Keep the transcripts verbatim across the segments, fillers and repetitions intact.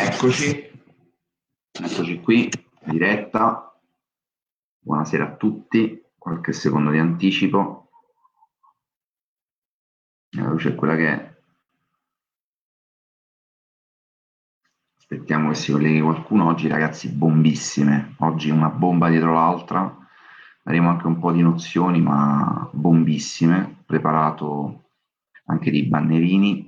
Eccoci, eccoci qui, in diretta. Buonasera a tutti, qualche secondo di anticipo. La luce è quella che è. Aspettiamo che si colleghi qualcuno. Oggi ragazzi, bombissime. Oggi una bomba dietro l'altra. Avremo anche un po' di nozioni, ma bombissime. Ho preparato anche dei bannerini.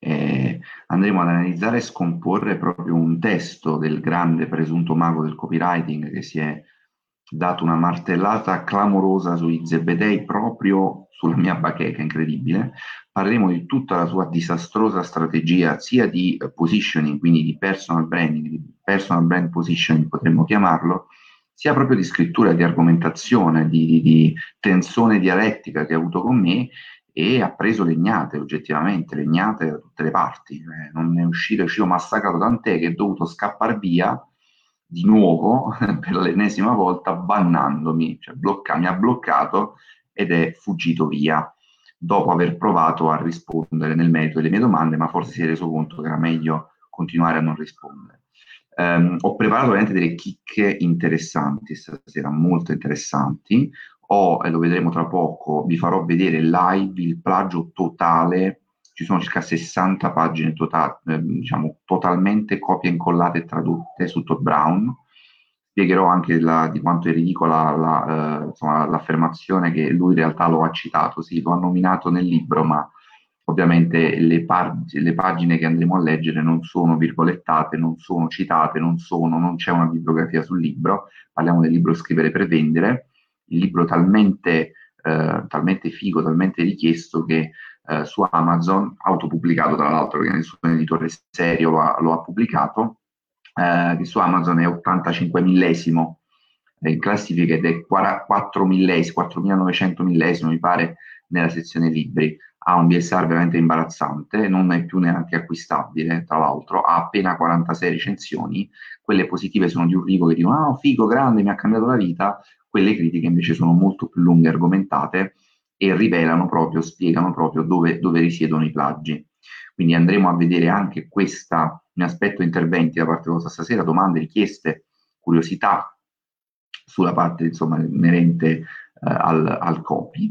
E andremo ad analizzare e scomporre proprio un testo del grande presunto mago del copywriting che si è dato una martellata clamorosa sui zebedei proprio sulla mia bacheca, incredibile. Parleremo di tutta la sua disastrosa strategia sia di eh, positioning, quindi di personal branding, di personal brand positioning potremmo chiamarlo, sia proprio di scrittura, di argomentazione, di, di, di tensione dialettica che ha avuto con me e ha preso legnate, oggettivamente, legnate da tutte le parti. Eh, non è uscito, è uscito massacrato, tant'è che è dovuto scappare via di nuovo per l'ennesima volta, bannandomi, cioè blocca, mi ha bloccato ed è fuggito via dopo aver provato a rispondere nel merito delle mie domande, ma forse si è reso conto che era meglio continuare a non rispondere. Um, ho preparato veramente delle chicche interessanti stasera, molto interessanti. Ho, e lo vedremo tra poco, vi farò vedere live il plagio totale. Ci sono circa sessanta pagine totali, eh, diciamo, totalmente copie incollate e tradotte su Todd Brown. Spiegherò anche la, di quanto è ridicola la, eh, insomma, l'affermazione che lui in realtà lo ha citato, sì, lo ha nominato nel libro, ma ovviamente le, pag- le pagine che andremo a leggere non sono virgolettate, non sono citate, non sono, non c'è una bibliografia sul libro, parliamo del libro Scrivere per vendere, il libro talmente, eh, talmente figo, talmente richiesto che eh, su Amazon, autopubblicato tra l'altro perché nessun editore serio lo ha, lo ha pubblicato, eh, che su Amazon è ottantacinque millesimo in classifica ed è quattro millesimo, quattromilanovecento millesimo mi pare nella sezione libri. Ha un B S R veramente imbarazzante, non è più neanche acquistabile, tra l'altro, ha appena quarantasei recensioni, quelle positive sono di un rigo che dicono ah, figo, grande, mi ha cambiato la vita, quelle critiche invece sono molto più lunghe e argomentate e rivelano proprio, spiegano proprio dove, dove risiedono i plagi. Quindi andremo a vedere anche questa, mi aspetto interventi da parte vostra stasera, domande, richieste, curiosità sulla parte insomma inerente eh, al, al copy.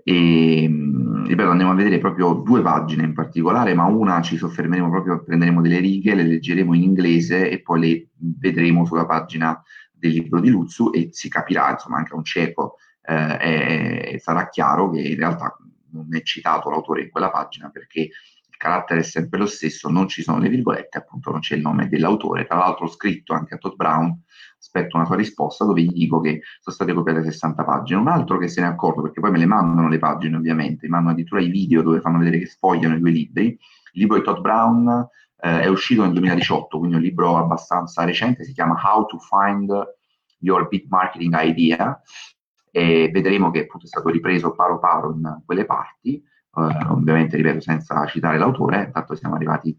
E ripeto, andiamo a vedere proprio due pagine in particolare, ma una ci soffermeremo proprio, prenderemo delle righe, le leggeremo in inglese e poi le vedremo sulla pagina del libro di Luzzu e si capirà, insomma, anche a un cieco eh, è, sarà chiaro che in realtà non è citato l'autore in quella pagina perché il carattere è sempre lo stesso, non ci sono le virgolette, appunto non c'è il nome dell'autore, tra l'altro ho scritto anche a Todd Brown, aspetto una sua risposta dove gli dico che sono state copiate sessanta pagine. Un altro che se ne è accorto, perché poi me le mandano le pagine ovviamente, mi mandano addirittura i video dove fanno vedere che sfogliano i due libri. Il libro di Todd Brown eh, è uscito nel duemiladiciotto, quindi è un libro abbastanza recente, si chiama How to Find Your Bit Marketing Idea, e vedremo che appunto è stato ripreso paro paro in quelle parti, eh, ovviamente ripeto senza citare l'autore, intanto siamo arrivati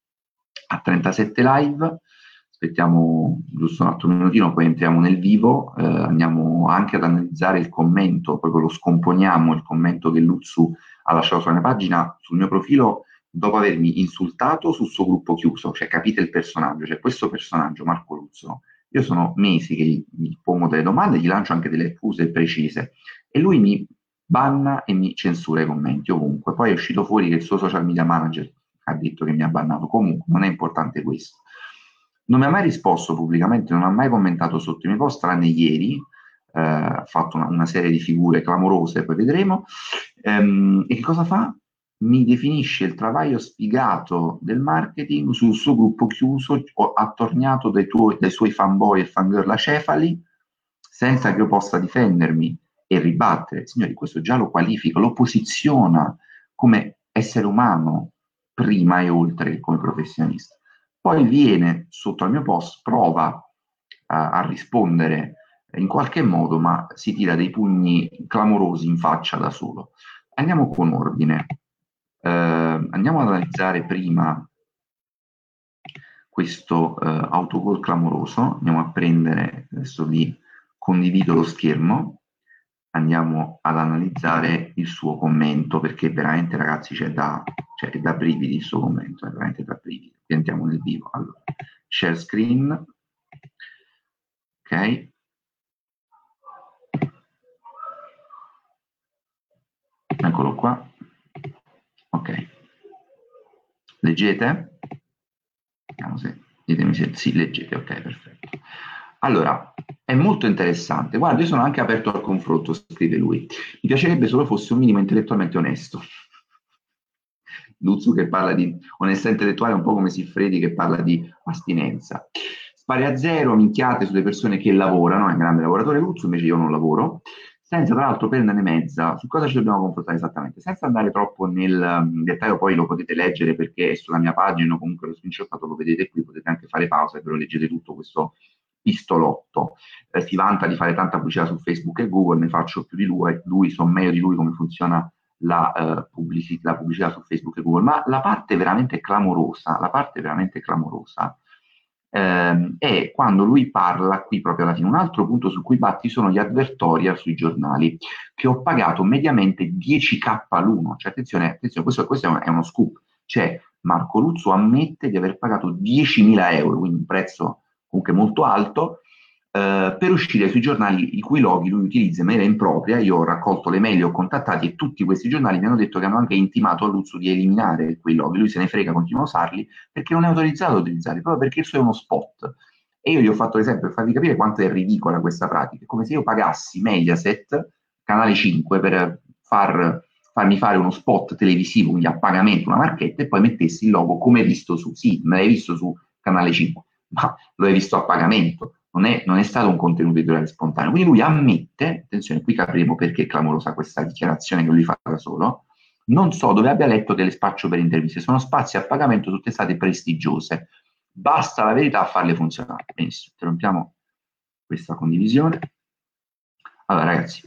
a trentasette live, aspettiamo giusto un altro minutino, poi entriamo nel vivo, eh, andiamo anche ad analizzare il commento, proprio lo scomponiamo, il commento che Luzzu ha lasciato sulla mia pagina, sul mio profilo, dopo avermi insultato sul suo gruppo chiuso, cioè capite il personaggio, cioè questo personaggio, Marco Luzzo, io sono mesi che gli, gli pongo delle domande, gli lancio anche delle accuse precise, e lui mi banna e mi censura i commenti ovunque. Poi è uscito fuori che il suo social media manager ha detto che mi ha bannato. Comunque, non è importante questo. Non mi ha mai risposto pubblicamente, non ha mai commentato sotto i miei post, tranne ieri, eh, ha fatto una, una, serie di figure clamorose, poi vedremo. Ehm, e che cosa fa? Mi definisce il travaglio sfigato del marketing sul suo gruppo chiuso, attorniato dai, tuoi, dai suoi fanboy e fangirl acefali, senza che io possa difendermi e ribattere. Signori, questo già lo qualifica, lo posiziona come essere umano prima e oltre che come professionista. Poi viene sotto al mio post, prova a, a rispondere in qualche modo, ma si tira dei pugni clamorosi in faccia da solo. Andiamo con ordine. Eh, andiamo ad analizzare prima questo eh, autogol clamoroso. Andiamo a prendere, adesso vi condivido lo schermo, andiamo ad analizzare il suo commento, perché veramente ragazzi c'è da, cioè, è da brividi il suo commento, è veramente da brividi. Entriamo nel vivo. Allora, share screen, ok, eccolo qua, ok, leggete? Vediamo se, ditemi se sì, leggete, ok, perfetto. Allora, è molto interessante. Guarda, io sono anche aperto al confronto, scrive lui. Mi piacerebbe solo fosse un minimo intellettualmente onesto. Luzzu che parla di onestà intellettuale, un po' come Siffredi che parla di astinenza. Spari a zero, minchiate sulle persone che lavorano, è un grande lavoratore Luzzu, invece io non lavoro, senza tra l'altro prenderne mezza. Su cosa ci dobbiamo confrontare esattamente? Senza andare troppo nel um, dettaglio, poi lo potete leggere perché è sulla mia pagina, o comunque lo screenshotato lo vedete qui, potete anche fare pausa e ve lo leggete tutto questo pistolotto. Eh, si vanta di fare tanta pubblicità su Facebook e Google, ne faccio più di lui, lui so meglio di lui come funziona la, eh, pubblici- la pubblicità su Facebook e Google, ma la parte veramente clamorosa, la parte veramente clamorosa ehm, è quando lui parla qui proprio alla fine. Un altro punto su cui batti sono gli advertorial sui giornali, che ho pagato mediamente dieci k l'uno. Cioè, attenzione, attenzione, questo, questo è, un, è uno scoop. Cioè, Marco Luzzo ammette di aver pagato diecimila euro, quindi un prezzo comunque molto alto, eh, per uscire sui giornali i cui loghi lui utilizza in maniera impropria. Io ho raccolto le mail, li ho contattati e tutti questi giornali mi hanno detto che hanno anche intimato a Luzzo di eliminare quei loghi. Lui se ne frega, continua a usarli perché non è autorizzato ad utilizzarli, proprio perché il suo è uno spot. E io gli ho fatto l'esempio per farvi capire quanto è ridicola questa pratica. È come se io pagassi Mediaset, Canale cinque, per far, farmi fare uno spot televisivo, quindi a pagamento, una marchetta, e poi mettessi il logo come visto su, sì, me l'hai visto su Canale cinque, ma lo hai visto a pagamento. Non è, non è stato un contenuto editoriale spontaneo. Quindi lui ammette, attenzione, qui capiremo perché è clamorosa questa dichiarazione che lui fa da solo, non so dove abbia letto che le spaccio per interviste, sono spazi a pagamento tutte state prestigiose. Basta la verità a farle funzionare. Benissimo, interrompiamo questa condivisione. Allora, ragazzi,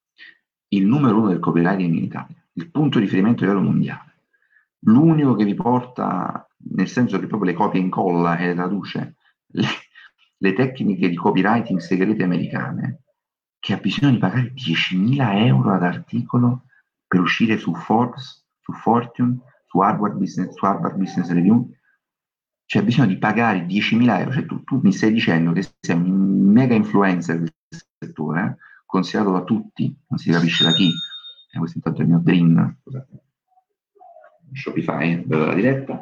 il numero uno del copywriting in Italia, il punto di riferimento a livello mondiale, l'unico che vi porta, nel senso che proprio le copia e incolla e le traduce, le, le tecniche di copywriting segrete americane, che ha bisogno di pagare diecimila euro ad articolo per uscire su Forbes, su Fortune, su Harvard Business, su Harvard Business Review, c'è bisogno di pagare diecimila euro. Cioè tu, tu mi stai dicendo che sei un mega influencer del settore, eh, considerato da tutti, non si capisce da chi. E questo intanto è il mio dream, scusate. Shopify, vedo la diretta,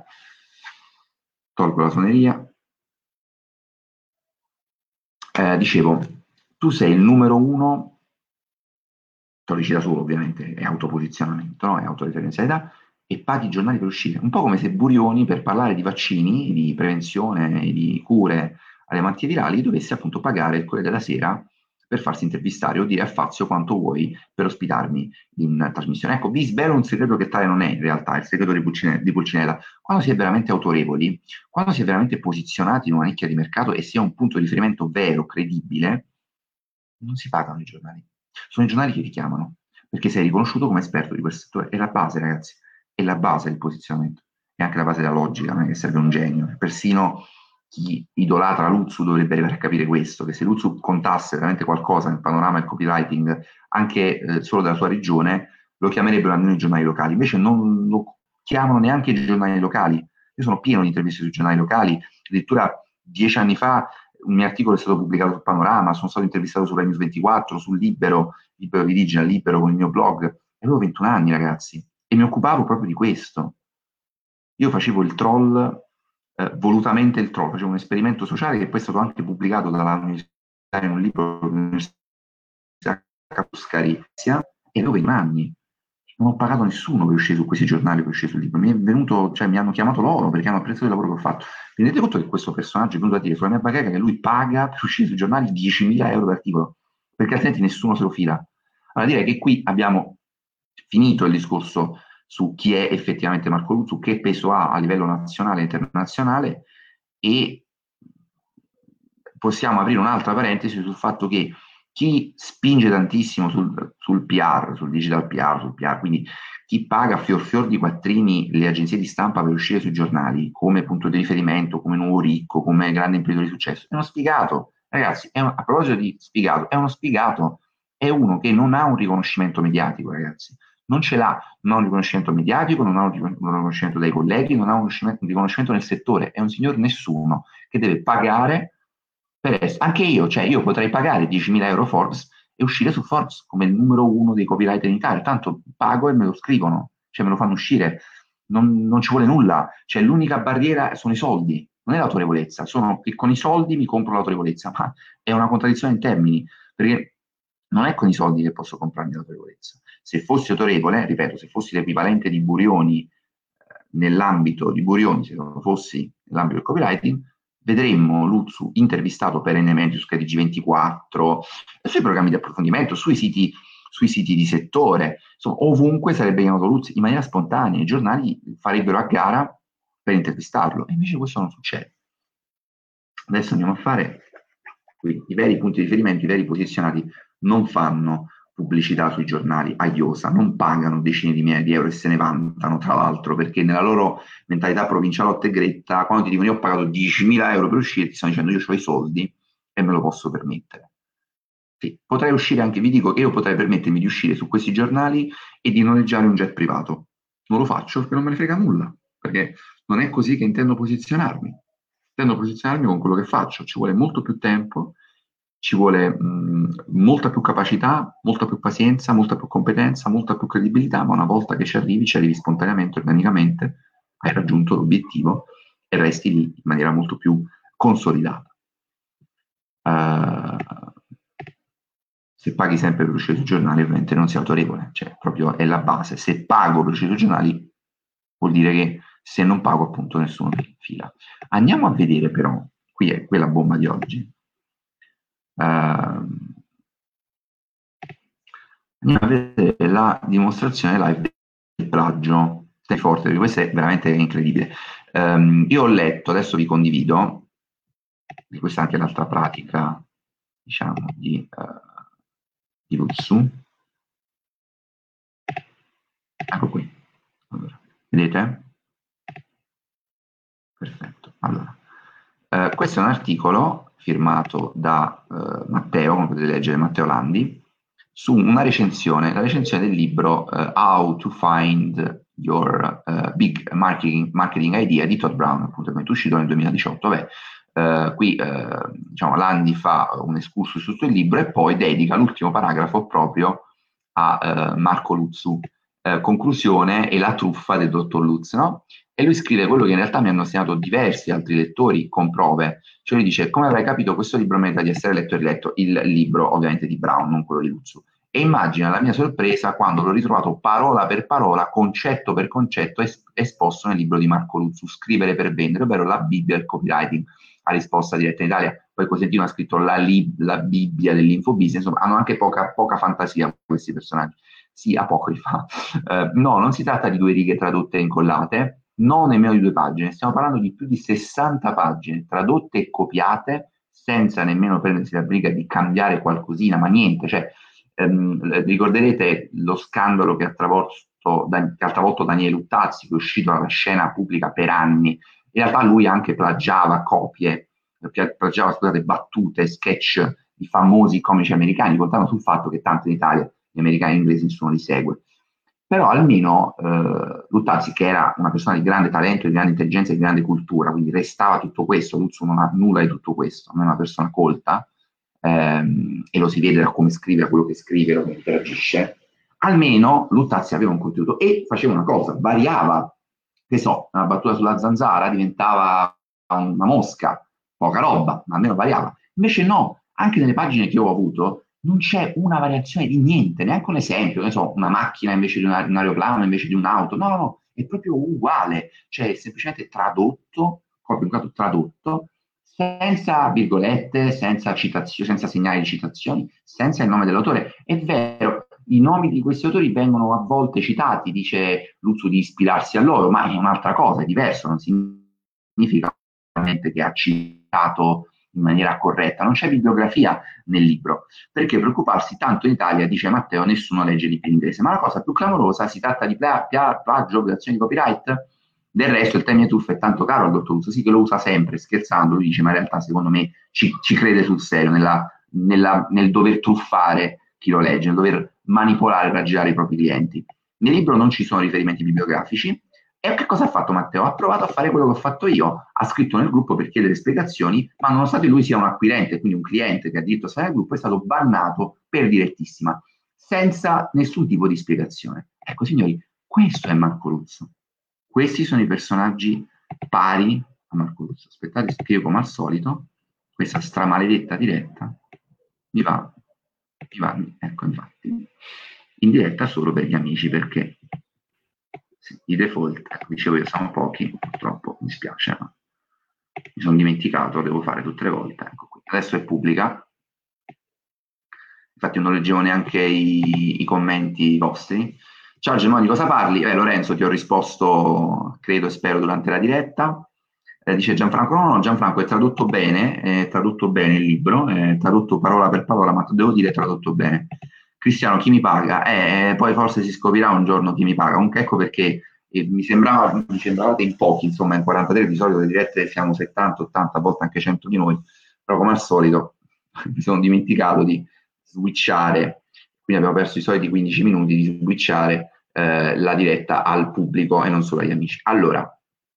tolgo la suoneria. Eh, dicevo, tu sei il numero uno, te lo dici da solo ovviamente, è autoposizionamento, no? È autoreferenzialità, e paghi i giornali per uscire. Un po' come se Burioni, per parlare di vaccini, di prevenzione, di cure alle malattie virali, dovesse appunto pagare il Corriere della Sera per farsi intervistare o dire a Fazio quanto vuoi per ospitarmi in trasmissione. Ecco, vi svelo un segreto che tale non è in realtà, il segreto di Pulcinella. Di Pulcinella. Quando si è veramente autorevoli, quando si è veramente posizionati in una nicchia di mercato e si ha un punto di riferimento vero, credibile, non si pagano i giornali. Sono i giornali che ti chiamano, perché sei riconosciuto come esperto di quel settore. È la base, ragazzi, è la base del posizionamento, è anche la base della logica, non è che serve un genio. Persino chi idolatra Luzzu dovrebbe arrivare a capire questo, che se Luzzu contasse veramente qualcosa nel panorama del copywriting, anche eh, solo della sua regione, lo chiamerebbero almeno i giornali locali. Invece non lo chiamano neanche i giornali locali. Io sono pieno di interviste sui giornali locali, addirittura dieci anni fa un mio articolo è stato pubblicato su Panorama, sono stato intervistato su Rai News ventiquattro, sul Libero, Libero di Digital, Libero con il mio blog. E avevo ventuno anni, ragazzi, e mi occupavo proprio di questo. Io facevo il troll, eh, volutamente il troll, facevo un esperimento sociale che poi è stato anche pubblicato dalla università in un libro dell'Università Capuscari, e avevo ventuno anni. Non ho pagato nessuno per uscire su questi giornali, per uscire sul libro. Mi è venuto, cioè mi hanno chiamato loro perché hanno apprezzato il lavoro che ho fatto. Vi rendete conto che questo personaggio è venuto a dire sulla mia bacheca che lui paga per uscire sui giornali diecimila euro d'articolo, perché altrimenti nessuno se lo fila. Allora direi che qui abbiamo finito il discorso su chi è effettivamente Marco Luzzu, che peso ha a livello nazionale e internazionale, e possiamo aprire un'altra parentesi sul fatto che chi spinge tantissimo sul, sul P R, sul digital P R, sul P R, quindi chi paga fior fior di quattrini le agenzie di stampa per uscire sui giornali come punto di riferimento, come nuovo ricco, come grande imprenditore di successo, è uno sfigato. Ragazzi, è un, a proposito di sfigato, è uno sfigato, è uno che non ha un riconoscimento mediatico, ragazzi. non ce l'ha, non ha un riconoscimento mediatico, non ha un ricon- un riconoscimento dai colleghi, non ha un riconoscimento, un riconoscimento nel settore, è un signor nessuno che deve pagare per essere, anche io, cioè io potrei pagare diecimila euro Forbes e uscire su Forbes come il numero uno dei copywriter in Italia, tanto pago e me lo scrivono, cioè me lo fanno uscire, non, non ci vuole nulla, cioè l'unica barriera sono i soldi, non è l'autorevolezza, sono che con i soldi mi compro l'autorevolezza, ma è una contraddizione in termini, perché non è con i soldi che posso comprarmi l'autorevolezza. Se fossi autorevole, ripeto, se fossi l'equivalente di Burioni eh, nell'ambito di Burioni, se non fossi nell'ambito del copywriting, vedremmo Luzzu intervistato perennemente su Sky T G ventiquattro, sui programmi di approfondimento, sui siti, sui siti di settore, insomma, ovunque sarebbe chiamato Luzzu in maniera spontanea, i giornali farebbero a gara per intervistarlo, e invece questo non succede. Adesso andiamo a fare qui, i veri punti di riferimento, i veri posizionati non fanno pubblicità sui giornali a iosa, non pagano decine di migliaia di euro e se ne vantano, tra l'altro, perché nella loro mentalità provincialotta e gretta, quando ti dicono io ho pagato diecimila euro per uscire, ti stanno dicendo io ho i soldi e me lo posso permettere. Sì, potrei uscire anche, vi dico che io potrei permettermi di uscire su questi giornali e di noleggiare un jet privato. Non lo faccio perché non me ne frega nulla, perché non è così che intendo posizionarmi. Intendo posizionarmi con quello che faccio, ci vuole molto più tempo, ci vuole mh, molta più capacità, molta più pazienza, molta più competenza, molta più credibilità, ma una volta che ci arrivi, ci arrivi spontaneamente, organicamente, hai raggiunto l'obiettivo e resti lì in maniera molto più consolidata. Uh, se paghi sempre per uscire sui giornali, ovviamente non sei autorevole, cioè proprio è la base. Se pago per uscire sui giornali, vuol dire che se non pago, appunto, nessuno mi fila. Andiamo a vedere però, qui è quella bomba di oggi. Uh, andiamo a vedere la dimostrazione live del plagio. Stai forte, perché questo è veramente incredibile. Um, io ho letto, adesso vi condivido, di questa è anche l'altra pratica, diciamo, di, uh, di Lutsu. Ecco qui. Allora, vedete? Perfetto. Allora, eh, questo è un articolo firmato da eh, Matteo, come potete leggere, Matteo Landi, su una recensione, la recensione del libro uh, How to Find Your uh, Big Marketing, Marketing Idea di Todd Brown, appunto, è uscito nel duemiladiciotto. Beh, uh, qui uh, diciamo, Landi fa un excursus su tutto il libro e poi dedica l'ultimo paragrafo proprio a uh, Marco Luzzu, uh, conclusione e la truffa del dottor Lutz, no? E lui scrive quello che in realtà mi hanno segnato diversi altri lettori con prove. Cioè lui dice, come avrai capito, questo libro merita di essere letto e riletto, il libro ovviamente di Brown, non quello di Luzzu. E immagina la mia sorpresa quando l'ho ritrovato parola per parola, concetto per concetto, es- esposto nel libro di Marco Luzzu, Scrivere per vendere, ovvero la Bibbia del copywriting, a risposta diretta in Italia. Poi Cosentino ha scritto la, lib- la Bibbia dell'infobusiness, insomma, hanno anche poca, poca fantasia questi personaggi. Sì, apocrifa. Eh, no, non si tratta di due righe tradotte e incollate, non nemmeno di due pagine, stiamo parlando di più di sessanta pagine tradotte e copiate senza nemmeno prendersi la briga di cambiare qualcosina, ma niente, cioè ehm, ricorderete lo scandalo che ha travolto, che ha travolto Daniele Luttazzi, che è uscito dalla scena pubblica per anni. In realtà lui anche plagiava copie, plagiava, scusate, battute, sketch di famosi comici americani, contando sul fatto che tanto in Italia gli americani e gli inglesi nessuno li segue. Però almeno eh, Luttazzi, che era una persona di grande talento, di grande intelligenza e di grande cultura, quindi restava tutto questo, Luzzu non ha nulla di tutto questo, non è una persona colta, ehm, e lo si vede da come scrive, da quello che scrive, da come interagisce, almeno Luttazzi aveva un contenuto e faceva una cosa, variava, che so, una battuta sulla zanzara diventava una mosca, poca roba, ma almeno variava. Invece no, anche nelle pagine che ho avuto non c'è una variazione di niente, neanche un esempio, ne so, una macchina invece di una, un aeroplano invece di un'auto, no, no, no, è proprio uguale, cioè è semplicemente tradotto, proprio tradotto, senza virgolette, senza citazioni, senza segnali di citazioni, senza il nome dell'autore. È vero, i nomi di questi autori vengono a volte citati, dice Luzzu di ispirarsi a loro, ma è un'altra cosa, è diverso, non significa che ha citato in maniera corretta, non c'è bibliografia nel libro. Perché preoccuparsi tanto in Italia, dice Matteo, nessuno legge libri in inglese, ma la cosa più clamorosa, si tratta di pla- pla- plagio, violazione di copyright. Del resto il termine truffa è tanto caro al dottor Luzzu, sì che lo usa sempre, scherzando, lui dice, ma in realtà secondo me ci, ci crede sul serio nella, nella, nel dover truffare chi lo legge, nel dover manipolare e raggirare i propri clienti. Nel libro non ci sono riferimenti bibliografici. E che cosa ha fatto Matteo? Ha provato a fare quello che ho fatto io, ha scritto nel gruppo per chiedere spiegazioni, ma nonostante lui sia un acquirente, quindi un cliente che ha diritto a stare nel gruppo, è stato bannato per direttissima, senza nessun tipo di spiegazione. Ecco, signori, questo è Marco Ruzzo. Questi sono i personaggi pari a Marco Ruzzo. Aspettate, scrivo come al solito, questa stramaledetta diretta mi va, mi va, ecco, infatti, in diretta solo per gli amici, perché i default, ecco, dicevo io, sono pochi, purtroppo mi spiace, ma mi sono dimenticato, lo devo fare tutte le volte. Ecco qui. Adesso è pubblica, infatti non leggevo neanche i, i commenti vostri. Ciao Gemma, di cosa parli? Eh, Lorenzo, ti ho risposto, credo e spero, durante la diretta. Eh, dice Gianfranco, no, no, Gianfranco è tradotto bene, è tradotto bene il libro, è tradotto parola per parola, ma devo dire tradotto bene. Cristiano, chi mi paga? Eh, poi forse si scoprirà un giorno chi mi paga. Comunque ecco perché eh, mi sembrava, mi sembravate in pochi, insomma in quarantatré di solito le dirette siamo settanta, ottanta, a volte anche cento di noi, però come al solito mi sono dimenticato di switchare, quindi abbiamo perso i soliti quindici minuti di switchare eh, la diretta al pubblico e non solo agli amici. Allora,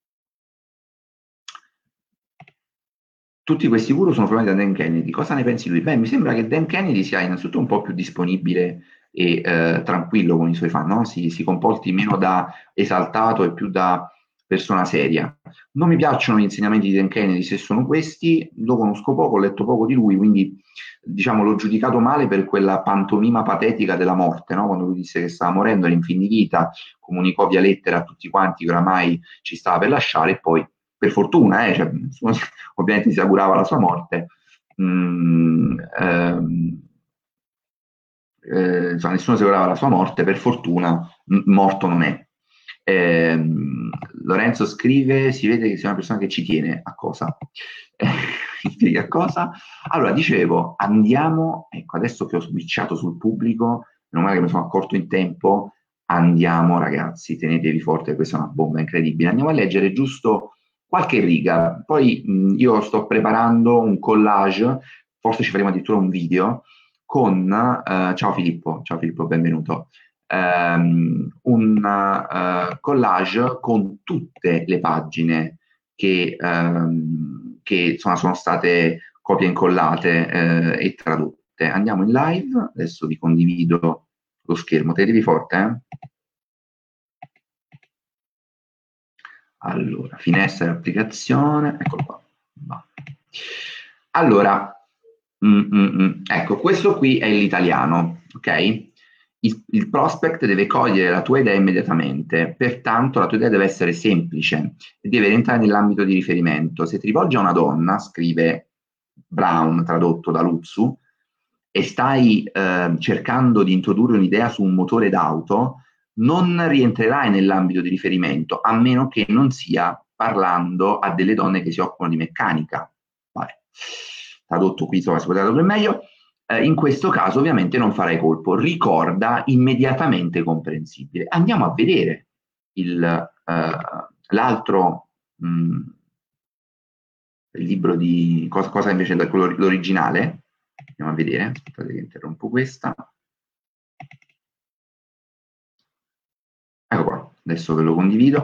tutti questi guru sono formati da Dan Kennedy. Cosa ne pensi lui? Beh, mi sembra che Dan Kennedy sia innanzitutto un po' più disponibile e eh, tranquillo con i suoi fan, no? Si, si comporti meno da esaltato e più da persona seria. Non mi piacciono gli insegnamenti di Dan Kennedy, se sono questi, lo conosco poco, ho letto poco di lui, quindi diciamo l'ho giudicato male per quella pantomima patetica della morte, no? Quando lui disse che stava morendo, era in fin di vita, comunicò via lettera a tutti quanti che oramai ci stava per lasciare e poi per fortuna, eh, cioè, ovviamente si augurava la sua morte, mm, ehm, eh, insomma, nessuno si augurava la sua morte, per fortuna m- morto non è. Ehm, Lorenzo scrive, si vede che sei una persona che ci tiene a cosa? Eh, a cosa? Allora, dicevo, andiamo, ecco, adesso che ho switchato sul pubblico, meno male che mi sono accorto in tempo, andiamo ragazzi, tenetevi forte, questa è una bomba incredibile, andiamo a leggere giusto qualche riga, poi mh, io sto preparando un collage, forse ci faremo addirittura un video, con, eh, ciao Filippo, ciao Filippo, benvenuto, ehm, un eh, collage con tutte le pagine che, ehm, che insomma, sono state copie e incollate eh, e tradotte. Andiamo in live, adesso vi condivido lo schermo, tenetevi forte, eh? Allora, finestra di applicazione, eccolo qua. Va. Allora, mm, mm, mm. Ecco, questo qui è l'italiano, ok? Il, il prospect deve cogliere la tua idea immediatamente, pertanto la tua idea deve essere semplice e deve rientrare nell'ambito di riferimento. Se ti rivolgi a una donna, scrive Brown, tradotto da Luzzu, e stai eh, cercando di introdurre un'idea su un motore d'auto, non rientrerai nell'ambito di riferimento, a meno che non sia parlando a delle donne che si occupano di meccanica. Vabbè, tradotto qui, insomma, si poteva tradurre meglio. Eh, in questo caso ovviamente non farai colpo, ricorda immediatamente comprensibile. Andiamo a vedere il, eh, l'altro mh, il libro di cosa, cosa invece da quello, l'originale. Andiamo a vedere, aspettate che interrompo questa. Ecco qua, adesso ve lo condivido.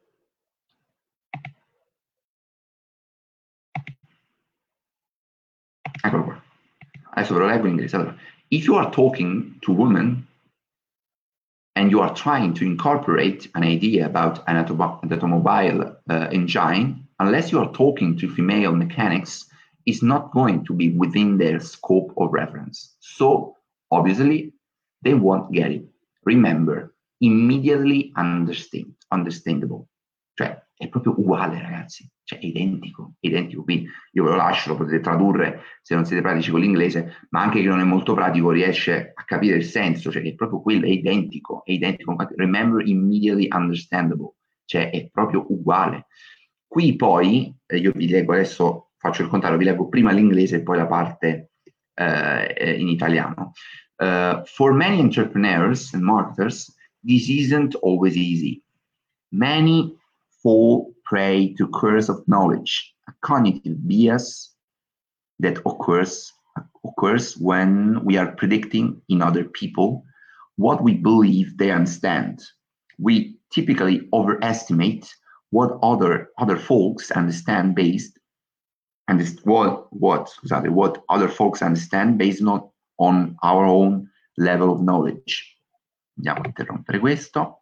Eccolo qua. Adesso ve lo leggo in inglese. Allora, if you are talking to women and you are trying to incorporate an idea about an automobile uh, engine, unless you are talking to female mechanics, is not going to be within their scope of reference. So, obviously, they won't get it. Remember, immediately understand, understandable. Cioè, è proprio uguale, ragazzi. Cioè, è identico, identico. Quindi io ve lo lascio, lo potete tradurre se non siete pratici con l'inglese, ma anche chi non è molto pratico riesce a capire il senso, cioè che è proprio quello, è identico, è identico. Remember, immediately understandable. Cioè, è proprio uguale. Qui poi, eh, io vi leggo adesso, faccio il contrario, vi leggo prima l'inglese e poi la parte eh, in italiano. Uh, for many entrepreneurs and marketers, this isn't always easy. Many fall prey to curse of knowledge, a cognitive bias that occurs occurs when we are predicting in other people what we believe they understand. We typically overestimate what other other folks understand based and what what scusate, what other folks understand based not on our own level of knowledge. Andiamo a interrompere questo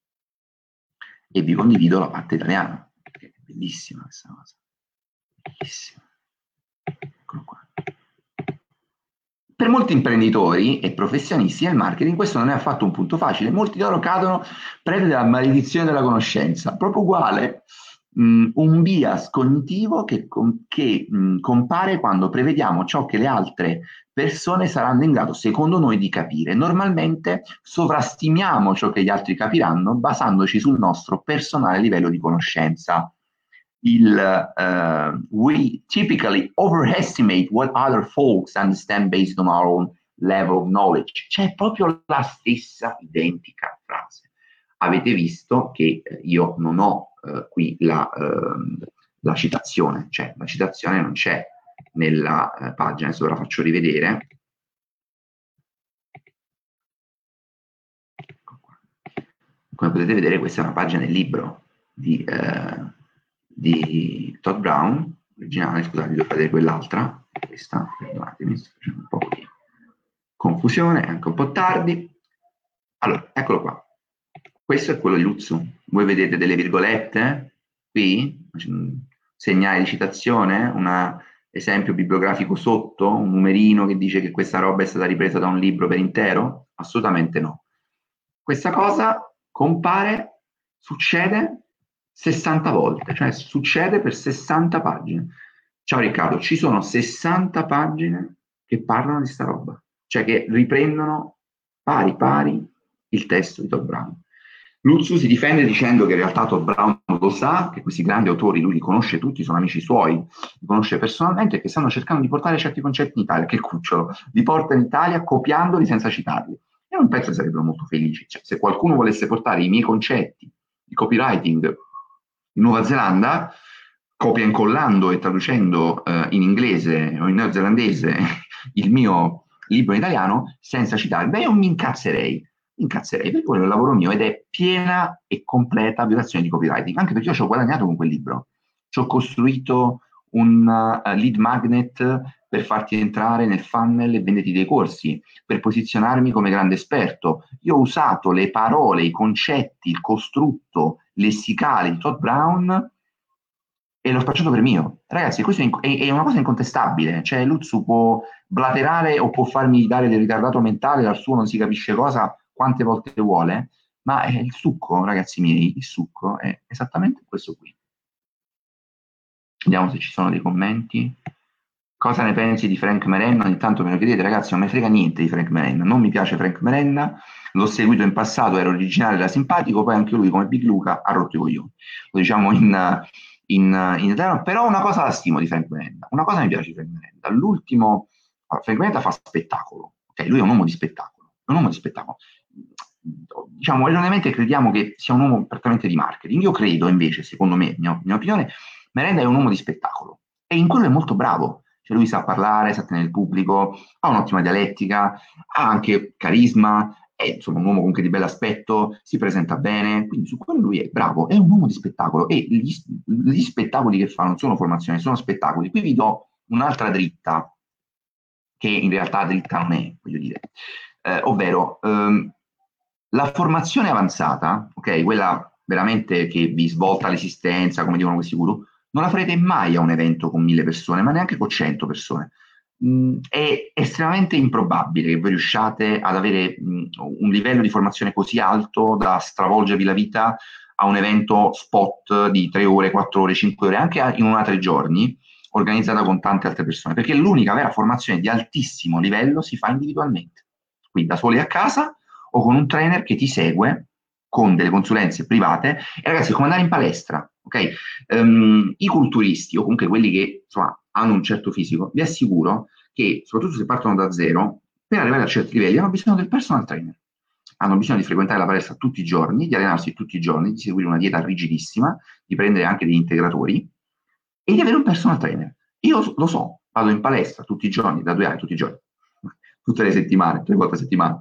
e vi condivido la parte italiana, che è bellissima questa cosa, bellissima. Eccolo qua. Per molti imprenditori e professionisti del marketing questo non è affatto un punto facile. Molti di loro cadono prede della maledizione della conoscenza, proprio uguale mh, un bias cognitivo che, com che mh, compare quando prevediamo ciò che le altre persone saranno in grado, secondo noi, di capire. Normalmente sovrastimiamo ciò che gli altri capiranno basandoci sul nostro personale livello di conoscenza. Il, uh, we typically overestimate what other folks understand based on our own level of knowledge. C'è proprio la stessa identica frase. Avete visto che io non ho uh, qui la, uh, la citazione, cioè la citazione non c'è nella uh, pagina, adesso ve la faccio rivedere. Come potete vedere questa è una pagina del libro di... Uh, di Todd Brown, originale, scusate, devo vedere quell'altra, questa, perdonatemi, sto facendo un po' di confusione, è anche un po' tardi. Allora, eccolo qua. Questo è quello di Luzzu. Voi vedete delle virgolette qui, segnale di citazione, un esempio bibliografico sotto, un numerino che dice che questa roba è stata ripresa da un libro per intero? Assolutamente no. Questa cosa compare, succede sessanta volte, cioè succede per sessanta pagine. Ciao Riccardo, ci sono sessanta pagine che parlano di sta roba, cioè che riprendono pari pari il testo di Todd Brown. Luzzu si difende dicendo che in realtà Todd Brown lo sa, che questi grandi autori lui li conosce tutti, sono amici suoi, li conosce personalmente e che stanno cercando di portare certi concetti in Italia, che il cucciolo li porta in Italia copiandoli senza citarli. Io non penso che sarebbero molto felici, cioè, se qualcuno volesse portare i miei concetti di copywriting in Nuova Zelanda, copia incollando e traducendo eh, in inglese o in neozelandese il mio libro in italiano senza citare, beh io mi incazzerei, mi incazzerei perché quello è il lavoro mio ed è piena e completa violazione di copywriting, anche perché io ci ho guadagnato con quel libro, ci ho costruito un uh, lead magnet per farti entrare nel funnel e venderti dei corsi, per posizionarmi come grande esperto. Io ho usato le parole, i concetti, il costrutto lessicale di Todd Brown e l'ho spacciato per mio. Ragazzi, questo è, è una cosa incontestabile, cioè Luzzu può blaterare o può farmi dare del ritardato mentale dal suo non si capisce cosa quante volte vuole, ma è il succo, ragazzi miei, il succo è esattamente questo qui. Vediamo se ci sono dei commenti. Cosa ne pensi di Frank Merenna? Intanto me lo chiedete, ragazzi, non mi frega niente di Frank Merenna, non mi piace Frank Merenna, l'ho seguito in passato, era originale, era simpatico, poi anche lui come Big Luca ha rotto i coglioni, lo diciamo in, in, in italiano, però una cosa la stimo di Frank Merenna, una cosa mi piace di Frank Merenna, l'ultimo, allora, Frank Merenna fa spettacolo, ok? Lui è un uomo di spettacolo, è un uomo di spettacolo, diciamo, erroneamente crediamo che sia un uomo prettamente di marketing, io credo invece, secondo me, mia, mia opinione, Merenna è un uomo di spettacolo, e in quello è molto bravo. Cioè lui sa parlare, sa tenere il pubblico, ha un'ottima dialettica, ha anche carisma, è insomma un uomo comunque di bell'aspetto, si presenta bene, quindi su quello lui è bravo, è un uomo di spettacolo e gli, gli spettacoli che fa non sono formazioni, sono spettacoli. Qui vi do un'altra dritta, che in realtà dritta non è, voglio dire, eh, ovvero ehm, la formazione avanzata, ok, quella veramente che vi svolta l'esistenza, come dicono questi guru, non la farete mai a un evento con mille persone, ma neanche con cento persone. Mm, è estremamente improbabile che voi riusciate ad avere mm, un livello di formazione così alto da stravolgervi la vita a un evento spot di tre ore, quattro ore, cinque ore, anche in una tre giorni, organizzata con tante altre persone, perché l'unica vera formazione di altissimo livello si fa individualmente, quindi da soli a casa o con un trainer che ti segue con delle consulenze private. E ragazzi, è come andare in palestra, ok? Um, I culturisti o comunque quelli che insomma hanno un certo fisico, vi assicuro che soprattutto se partono da zero, per arrivare a certi livelli hanno bisogno del personal trainer, hanno bisogno di frequentare la palestra tutti i giorni, di allenarsi tutti i giorni, di seguire una dieta rigidissima, di prendere anche degli integratori e di avere un personal trainer. Io lo so, vado in palestra tutti i giorni, da due anni, tutti i giorni, tutte le settimane, tre volte a settimana,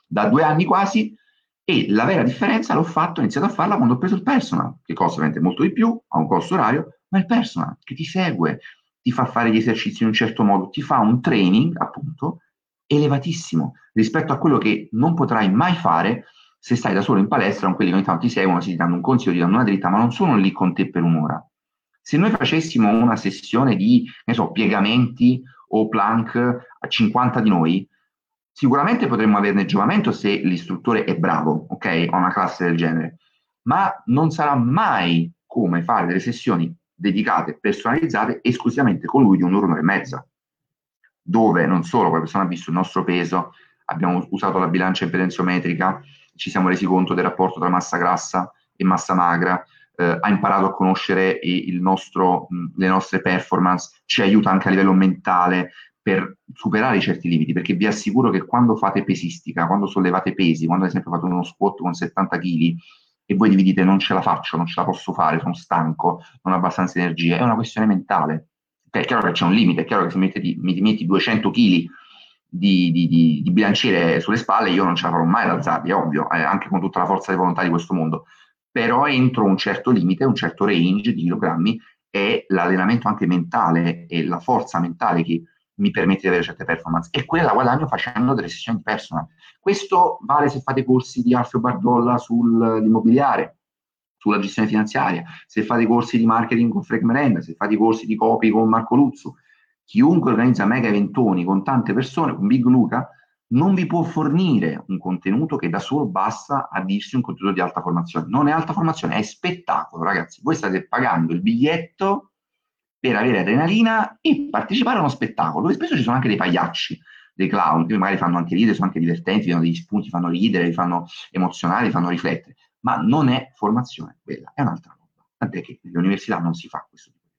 da due anni quasi, e la vera differenza l'ho fatto, ho iniziato a farla quando ho preso il personal, che costa ovviamente molto di più, ha un costo orario, ma il personal che ti segue, ti fa fare gli esercizi in un certo modo, ti fa un training, appunto, elevatissimo rispetto a quello che non potrai mai fare se stai da solo in palestra con quelli che ogni tanto ti seguono, si ti danno un consiglio, ti danno una dritta, ma non sono lì con te per un'ora. Se noi facessimo una sessione di, ne so, piegamenti o plank a cinquanta di noi, sicuramente potremmo averne giovamento se l'istruttore è bravo, ok? O una classe del genere, ma non sarà mai come fare delle sessioni dedicate, personalizzate, esclusivamente con lui di un'ora, un'ora e mezza, dove non solo quella persona ha visto il nostro peso, abbiamo usato la bilancia impedenziometrica, ci siamo resi conto del rapporto tra massa grassa e massa magra, eh, ha imparato a conoscere il nostro, mh, le nostre performance, ci aiuta anche a livello mentale per superare certi limiti, perché vi assicuro che quando fate pesistica, quando sollevate pesi, quando ad esempio fate uno squat con settanta chili e voi vi dite non ce la faccio, non ce la posso fare, sono stanco, non ho abbastanza energie, è una questione mentale. È chiaro che c'è un limite, è chiaro che se metti, mi metti duecento chili di, di, di, di bilanciere sulle spalle, io non ce la farò mai ad alzarli, è ovvio, eh, anche con tutta la forza di volontà di questo mondo. Però entro un certo limite, un certo range di chilogrammi, è l'allenamento anche mentale e la forza mentale che mi permette di avere certe performance. E quella la guadagno facendo delle sessioni personal. Questo vale se fate corsi di Alfio Bardolla sull'immobiliare, sulla gestione finanziaria, se fate corsi di marketing con Frank Merenda, se fate corsi di copy con Marco Luzzu. Chiunque organizza mega eventoni con tante persone, con Big Luca, non vi può fornire un contenuto che da solo basta a dirsi un contenuto di alta formazione. Non è alta formazione, è spettacolo, ragazzi. Voi state pagando il biglietto per avere adrenalina e partecipare a uno spettacolo, dove spesso ci sono anche dei pagliacci, dei clown, che magari fanno anche ridere, sono anche divertenti, fanno degli spunti, fanno ridere, li fanno emozionare, li fanno riflettere. Ma non è formazione quella, è un'altra roba. Tant'è che nelle università non si fa questo tipo di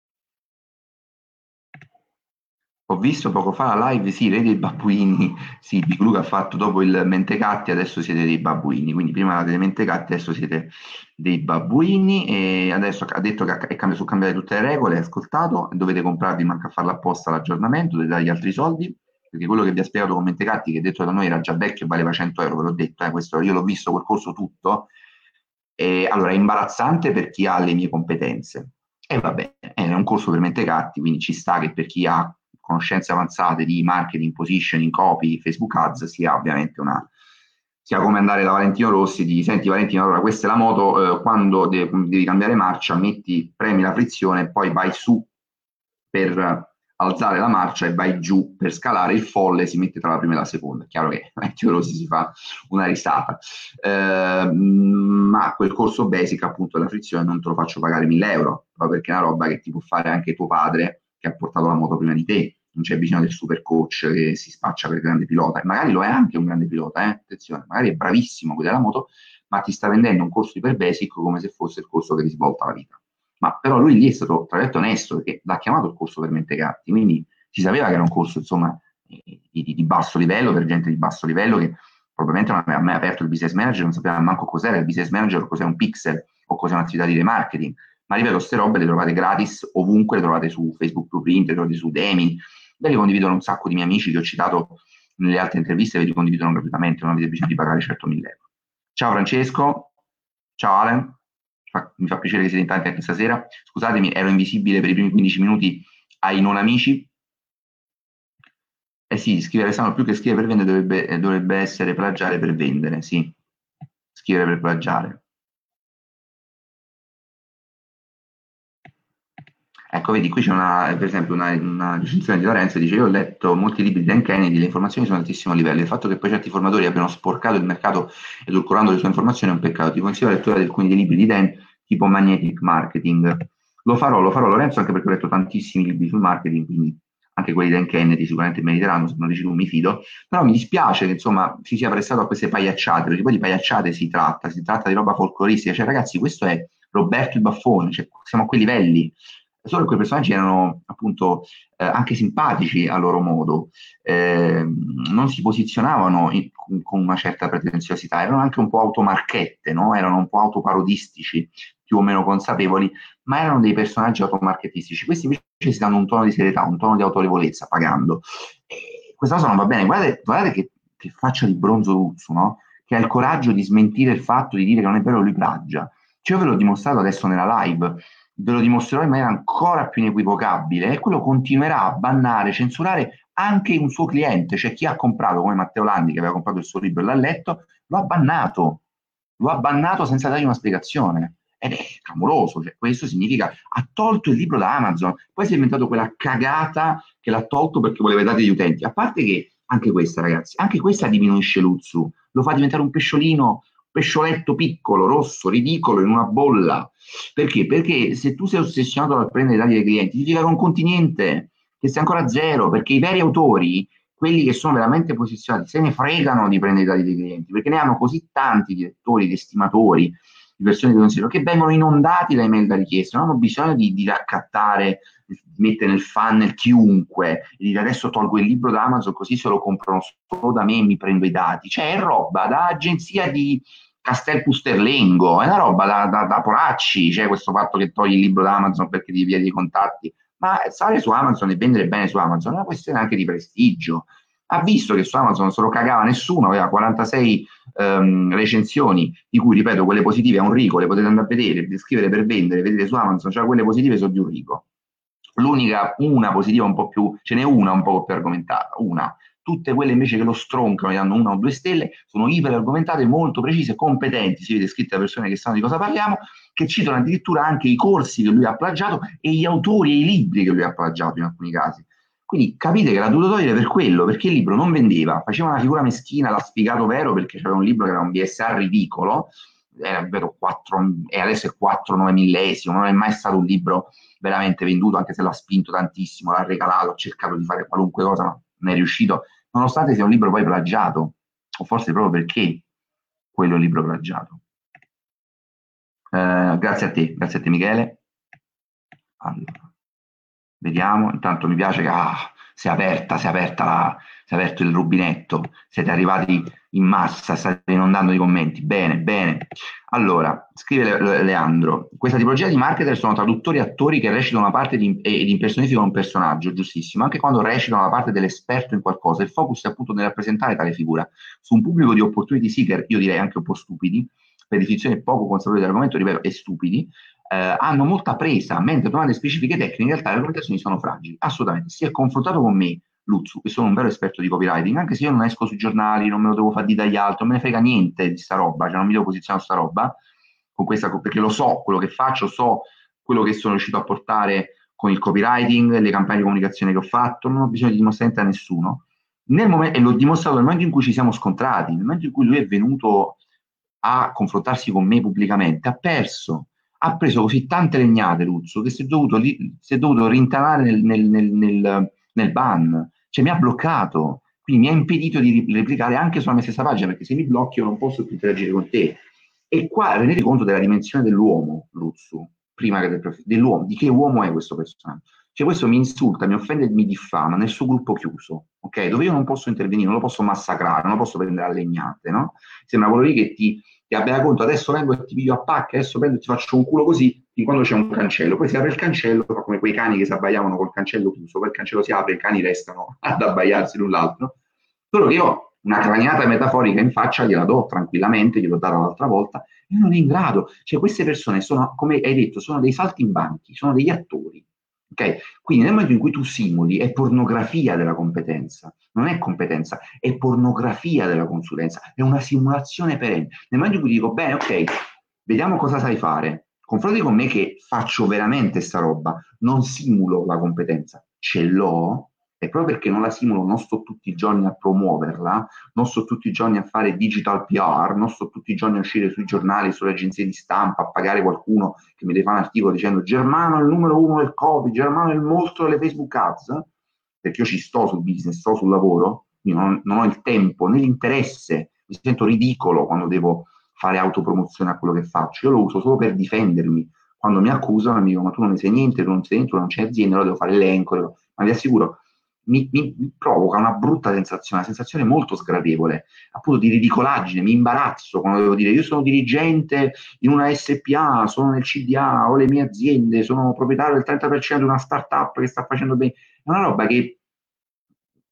cosa. Ho visto poco fa la live, sì, Re dei Babbuini, sì, Big Luca ha fatto dopo il Mentecatti, adesso siete dei babbuini, quindi prima eravate dei Mentecatti, adesso siete dei babbuini e adesso ha detto che è cambiato, sono cambiate tutte le regole, hai ascoltato, dovete comprarvi, manca a farlo apposta l'aggiornamento, dovete dargli altri soldi, perché quello che vi ha spiegato con Mentecatti, che detto da noi era già vecchio e valeva cento euro, ve l'ho detto, eh, questo, io l'ho visto quel corso tutto, e, allora è imbarazzante per chi ha le mie competenze, e va bene, è un corso per mentecatti, quindi ci sta che per chi ha conoscenze avanzate di marketing, positioning, copy, Facebook Ads, sia ovviamente una, sia come andare da Valentino Rossi e di senti Valentino, allora questa è la moto, eh, quando de- devi cambiare marcia, metti, premi la frizione e poi vai su per alzare la marcia e vai giù per scalare, il folle si mette tra la prima e la seconda. È chiaro che Valentino Rossi si fa una risata, eh, ma quel corso basic appunto della frizione non te lo faccio pagare mille euro, proprio perché è una roba che ti può fare anche tuo padre che ha portato la moto prima di te, non c'è bisogno del super coach che si spaccia per il grande pilota, e magari lo è anche un grande pilota, eh? Attenzione, magari è bravissimo guidare la moto, ma ti sta vendendo un corso iper basic come se fosse il corso che ti svolta la vita. Ma però lui lì è stato, tra l'altro, onesto, perché l'ha chiamato il corso per mentecatti, quindi si sapeva che era un corso, insomma, di, di, di basso livello, per gente di basso livello, che probabilmente non aveva mai aperto il business manager, non sapeva manco cos'era il business manager, o cos'è un pixel, o cos'è un'attività di remarketing. Ma ripeto, queste robe le trovate gratis ovunque, le trovate su Facebook Blueprint, le trovate su Udemy, le condividono un sacco di miei amici che ho citato nelle altre interviste, ve li condividono gratuitamente, non avete bisogno di pagare certo mille euro. Ciao Francesco, ciao Ale, fa- mi fa piacere che siete in tanti anche stasera. Scusatemi, ero invisibile per i primi quindici minuti ai non amici. Eh sì, scrivere Alessandro più che scrivere per vendere dovrebbe, eh, dovrebbe essere plagiare per vendere, sì, scrivere per plagiare. Ecco, vedi, qui c'è una, per esempio una, una recensione di Lorenzo che dice: Io ho letto molti libri di Dan Kennedy, le informazioni sono ad altissimo livello. Il fatto che poi certi formatori abbiano sporcato il mercato edulcorando le sue informazioni è un peccato. Ti consiglio la lettura di alcuni dei libri di Dan, tipo Magnetic Marketing. Lo farò, lo farò Lorenzo, anche perché ho letto tantissimi libri sul marketing, quindi anche quelli di Dan Kennedy sicuramente meriteranno, se non dici tu mi fido. Però mi dispiace che insomma si sia prestato a queste pagliacciate, perché poi di pagliacciate si tratta, si tratta di roba folcloristica. Cioè, ragazzi, questo è Roberto il Baffone, cioè, siamo a quei livelli. Solo che quei personaggi erano appunto eh, anche simpatici a loro modo, eh, non si posizionavano in- con con una certa pretenziosità, erano anche un po' automarchette, no? Erano un po' autoparodistici, più o meno consapevoli, ma erano dei personaggi automarchetistici. Questi invece si danno un tono di serietà, un tono di autorevolezza, pagando. E questa cosa non va bene. Guardate, guardate che che faccia di bronzo Luzzu, no? Che ha il coraggio di smentire il fatto di dire che non è vero, lui plagia. Cioè, io ve l'ho dimostrato adesso nella live, ve lo dimostrerò in maniera ancora più inequivocabile, e quello continuerà a bannare, censurare anche un suo cliente, cioè chi ha comprato, come Matteo Landi, che aveva comprato il suo libro e l'ha letto, lo ha bannato, lo ha bannato senza dargli una spiegazione. Ed è clamoroso, cioè, questo significa ha tolto il libro da Amazon, poi si è inventato quella cagata che l'ha tolto perché voleva i dati degli utenti, a parte che anche questa, ragazzi, anche questa diminuisce Luzzu, lo fa diventare un pesciolino, pescioletto piccolo, rosso, ridicolo, in una bolla. Perché? Perché se tu sei ossessionato dal prendere i dati dei clienti, significa che non conti niente, che sei ancora a zero, perché i veri autori, quelli che sono veramente posizionati, se ne fregano di prendere i dati dei clienti, perché ne hanno così tanti di lettori, di estimatori, di persone che considerano, che vengono inondati da email da richiesta, non hanno bisogno di, di raccattare, di mettere nel funnel chiunque, e dire adesso tolgo il libro da Amazon così se lo comprano solo da me e mi prendo i dati. Cioè è roba da agenzia di Castel Pusterlengo, è una roba da, da, da poracci, cioè questo fatto che togli il libro da Amazon perché devi via dei contatti, ma stare su Amazon e vendere bene su Amazon è una questione anche di prestigio. Ha visto che su Amazon non se lo cagava nessuno, aveva quarantasei ehm, recensioni, di cui, ripeto, quelle positive a un rico, le potete andare a vedere, scrivere per vendere, vedete su Amazon, cioè quelle positive sono di un rico. L'unica, una positiva un po' più, ce n'è una un po' più argomentata, una. Tutte quelle invece che lo stroncano, gli danno una o due stelle, sono iper argomentate, molto precise, competenti, si vede scritte da persone che sanno di cosa parliamo, che citano addirittura anche i corsi che lui ha plagiato e gli autori e i libri che lui ha plagiato in alcuni casi. Quindi capite che l'ha dovuto togliere per quello, perché il libro non vendeva, faceva una figura meschina, l'ha spiegato vero, perché c'era un libro che era un B S A ridicolo, era vero quattro, e adesso è quattro nove millesimo, non è mai stato un libro veramente venduto, anche se l'ha spinto tantissimo, l'ha regalato, ha cercato di fare qualunque cosa, ma non è riuscito, nonostante sia un libro poi plagiato, o forse proprio perché quello è un libro plagiato. Eh, grazie a te, grazie a te Michele. Allora, vediamo, intanto mi piace che ah, si è aperta, si è aperta la, si è aperto il rubinetto, siete arrivati in massa, state inondando di commenti, bene, bene. Allora, scrive Le- Leandro, questa tipologia di marketer sono traduttori e attori che recitano una parte di, ed impersonificano un personaggio, giustissimo, anche quando recitano la parte dell'esperto in qualcosa, il focus è appunto nel rappresentare tale figura. Su un pubblico di opportunity seeker, io direi anche un po' stupidi, per definizione poco consapevoli dell'argomento, ripeto, e stupidi, eh, hanno molta presa, mentre domande specifiche tecniche in realtà le argomentazioni sono fragili. Assolutamente. Si è confrontato con me, Luzzu, che sono un vero esperto di copywriting, anche se io non esco sui giornali, non me lo devo fare di dagli altri, non me ne frega niente di sta roba, cioè non mi devo posizionare su sta roba, con questa, perché lo so quello che faccio, so quello che sono riuscito a portare con il copywriting, le campagne di comunicazione che ho fatto, non ho bisogno di dimostrare a nessuno. Nel momento, e l'ho dimostrato nel momento in cui ci siamo scontrati, nel momento in cui lui è venuto a confrontarsi con me pubblicamente, ha perso, ha preso così tante legnate Luzzo che si è dovuto, li, si è dovuto rintanare nel, nel, nel, nel, nel ban, cioè mi ha bloccato, quindi mi ha impedito di replicare anche sulla mia stessa pagina, perché se mi blocchi io non posso più interagire con te. E qua rendete conto della dimensione dell'uomo, Luzzu, prima che del prof... dell'uomo, di che uomo è questo personaggio. Cioè questo mi insulta, mi offende e mi diffama nel suo gruppo chiuso, ok? Dove io non posso intervenire, non lo posso massacrare, non lo posso prendere a legnate, no? Sembra quello lì che ti, ti abbia conto, adesso vengo e ti piglio a pacca, adesso prendo e ti faccio un culo così, fin quando c'è un cancello. Poi si apre il cancello, fa come quei cani che si abbaiavano col cancello chiuso, poi il cancello si apre e i cani restano ad abbaiarsi l'un l'altro. Solo che io una craniata metaforica in faccia gliela do tranquillamente, gliel'ho data l'altra volta, e non è in grado. Cioè queste persone sono, come hai detto, sono dei saltimbanchi, sono degli attori. Okay? Quindi nel momento in cui tu simuli è pornografia della competenza, non è competenza, è pornografia della consulenza, è una simulazione perenne. Nel momento in cui dico, bene, ok, vediamo cosa sai fare, confronti con me che faccio veramente sta roba, non simulo la competenza, ce l'ho, e proprio perché non la simulo non sto tutti i giorni a promuoverla, non sto tutti i giorni a fare digital P R, non sto tutti i giorni a uscire sui giornali, sulle agenzie di stampa, a pagare qualcuno che mi deve fare un articolo dicendo Germano è il numero uno del copy, Germano è il mostro delle Facebook Ads, perché io ci sto sul business, sto sul lavoro, quindi non, non ho il tempo né l'interesse, mi sento ridicolo quando devo fare autopromozione a quello che faccio, io lo uso solo per difendermi. Quando mi accusano mi dicono ma tu non ne sai niente, tu non sei niente, tu non c'è azienda, allora devo fare l'elenco, ma vi assicuro, mi, mi, mi provoca una brutta sensazione, una sensazione molto sgradevole, appunto di ridicolaggine, mi imbarazzo quando devo dire io sono dirigente in una S P A, sono nel C D A, ho le mie aziende, sono proprietario del trenta per cento di una startup che sta facendo bene, è una roba che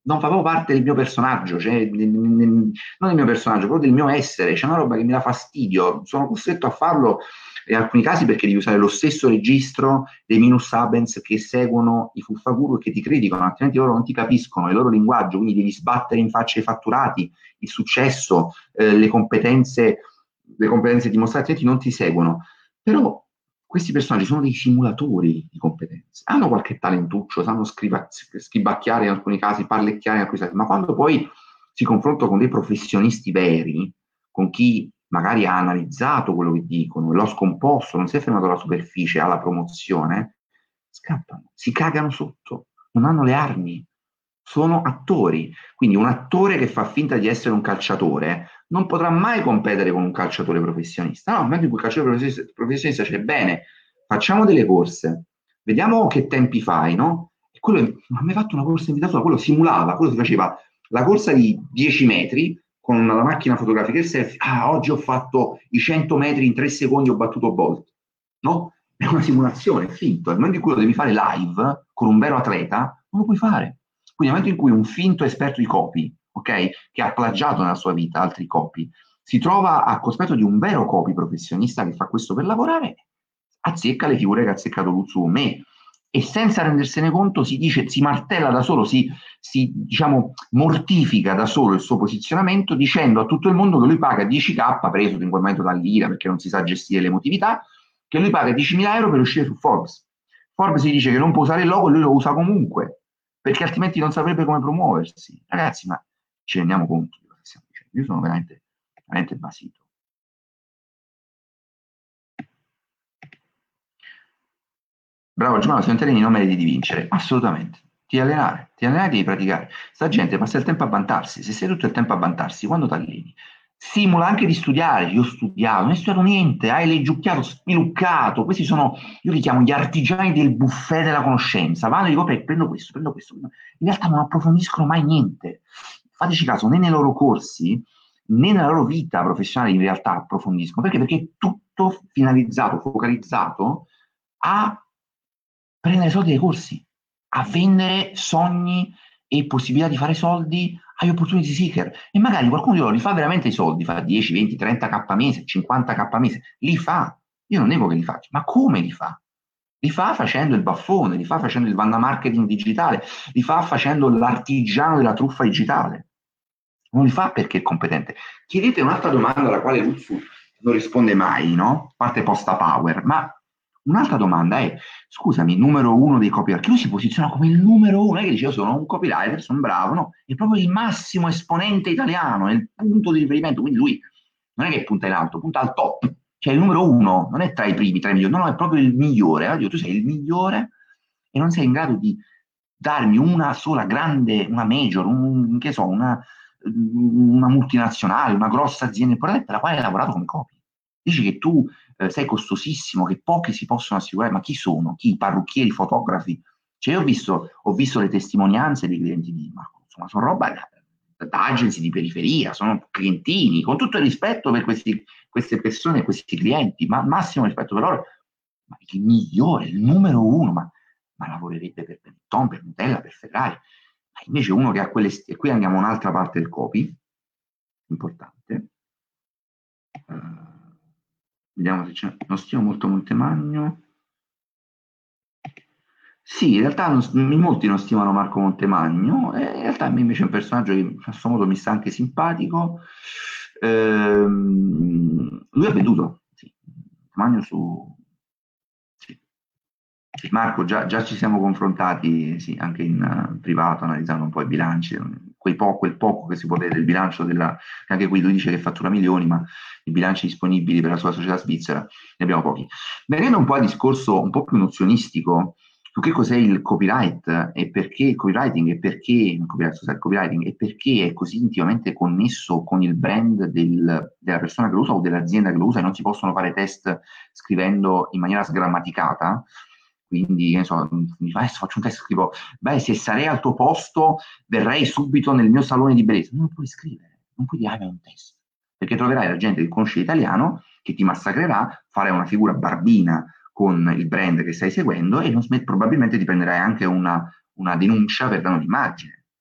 non fa proprio parte del mio personaggio, cioè, nel- nel- non del mio personaggio, proprio del mio essere, c'è una roba che mi dà fastidio, sono costretto a farlo in alcuni casi perché devi usare lo stesso registro dei minus abens che seguono i fuffaguru e che ti criticano, altrimenti loro non ti capiscono il loro linguaggio, quindi devi sbattere in faccia i fatturati, il successo, eh, le competenze, le competenze dimostrate, altrimenti non ti seguono. Però questi personaggi sono dei simulatori di competenze, hanno qualche talentuccio, sanno scriva- scribacchiare in alcuni casi, parlecchiare in alcuni casi, ma quando poi si confrontano con dei professionisti veri, con chi magari ha analizzato quello che dicono, lo ha scomposto, non si è fermato alla superficie, alla promozione, scappano, si cagano sotto, non hanno le armi, sono attori. Quindi un attore che fa finta di essere un calciatore non potrà mai competere con un calciatore professionista. No, nel momento in cui il calciatore professionista, professionista c'è bene, facciamo delle corse, vediamo che tempi fai, no? E quello, non ha mai fatto una corsa in vita sua, quello simulava, quello si faceva la corsa di dieci metri con la macchina fotografica e il selfie. Ah, oggi ho fatto i cento metri in tre secondi, ho battuto Bolt. No? È una simulazione, è finto. Nel momento in cui lo devi fare live con un vero atleta, non lo puoi fare. Quindi nel momento in cui un finto esperto di copy, ok, che ha plagiato nella sua vita altri copy, si trova a cospetto di un vero copy professionista che fa questo per lavorare, azzecca le figure che ha azzeccato Luzzu con me. E senza rendersene conto si dice, si martella da solo, si, si diciamo, mortifica da solo il suo posizionamento dicendo a tutto il mondo che lui paga dieci K, preso in quel momento dall'ira perché non si sa gestire l'emotività, che lui paga diecimila euro per uscire su Forbes. Forbes si dice che non può usare il logo e lui lo usa comunque, perché altrimenti non saprebbe come promuoversi. Ragazzi, ma ci rendiamo conto di cosa stiamo dicendo? Io sono veramente, veramente basito. Bravo Giovanni, se non te non meriti di vincere. Assolutamente. Ti allenare, ti allenare, devi praticare. Sta gente passa il tempo a vantarsi. Se sei tutto il tempo a vantarsi, quando ti alleni? Simula anche di studiare. Io ho studiato, non hai studiato niente, hai leggiucchiato, spiluccato. Questi sono, io li chiamo gli artigiani del buffet della conoscenza. Vanno e dico, "Ok, prendo questo, prendo questo. In realtà non approfondiscono mai niente. Fateci caso, né nei loro corsi, né nella loro vita professionale in realtà approfondiscono. Perché? Perché è tutto finalizzato, focalizzato a prendere soldi dai corsi, a vendere sogni e possibilità di fare soldi agli opportunity seeker. E magari qualcuno di loro li fa veramente i soldi, fa dieci, venti, trenta K mese, cinquanta K mese, li fa. Io non nego che li faccia, ma come li fa? Li fa facendo il baffone, li fa facendo il Vanna marketing digitale, li fa facendo l'artigiano della truffa digitale. Non li fa perché è competente. Chiedete un'altra domanda alla quale Luzzu non risponde mai, no? Parte posta power, ma un'altra domanda è, scusami, numero uno dei copywriter, che lui si posiziona come il numero uno, non è che dice io sono un copywriter, sono bravo, no? È proprio il massimo esponente italiano, è il punto di riferimento, quindi lui non è che punta in alto, punta al top, cioè il numero uno, non è tra i primi, tra i migliori, no, no, è proprio il migliore. Allora, io, tu sei il migliore e non sei in grado di darmi una sola grande, una major, un, che so, una, una multinazionale, una grossa azienda importante per la quale hai lavorato come copy. Dici che tu eh, sei costosissimo, che pochi si possono assicurare, ma chi sono? Chi? Parrucchieri, fotografi? Cioè io ho visto, ho visto le testimonianze dei clienti di Marco, insomma, sono roba da, da agency di periferia, sono clientini, con tutto il rispetto per questi, queste persone, questi clienti, ma massimo rispetto per loro, ma il migliore, il numero uno, ma, ma lavorerebbe per Benetton, per Nutella, per Ferrari, ma invece uno che ha quelle, e qui andiamo a un'altra parte del copy, importante, uh, vediamo se c'è, non stimo molto Montemagno. Sì, in realtà non, in molti non stimano Marco Montemagno, e in realtà a me invece è un personaggio che a suo modo mi sta anche simpatico. Ehm, lui ha venduto, sì, Montemagno su... Sì. Sì, Marco, già, già ci siamo confrontati, sì, anche in uh, privato, analizzando un po' i bilanci, quei po- quel poco che si può vedere del bilancio della... Anche qui lui dice che fattura milioni, ma i bilanci disponibili per la sua società svizzera ne abbiamo pochi. Venendo un po' al discorso un po' più nozionistico, su che cos'è il copyright e perché il copywriting e perché il copyright, scusate, il copywriting e perché è così intimamente connesso con il brand del, della persona che lo usa o dell'azienda che lo usa e non si possono fare test scrivendo in maniera sgrammaticata. Quindi, che ne so, mi fa, adesso faccio un test, scrivo, beh, se sarei al tuo posto, verrei subito nel mio salone di bellezza. Non lo puoi scrivere, non puoi dire, ah, è un test. Perché troverai la gente che conosce l'italiano, che ti massacrerà, farai una figura barbina con il brand che stai seguendo e non smet- probabilmente ti prenderai anche una, una denuncia per danno d'immagine.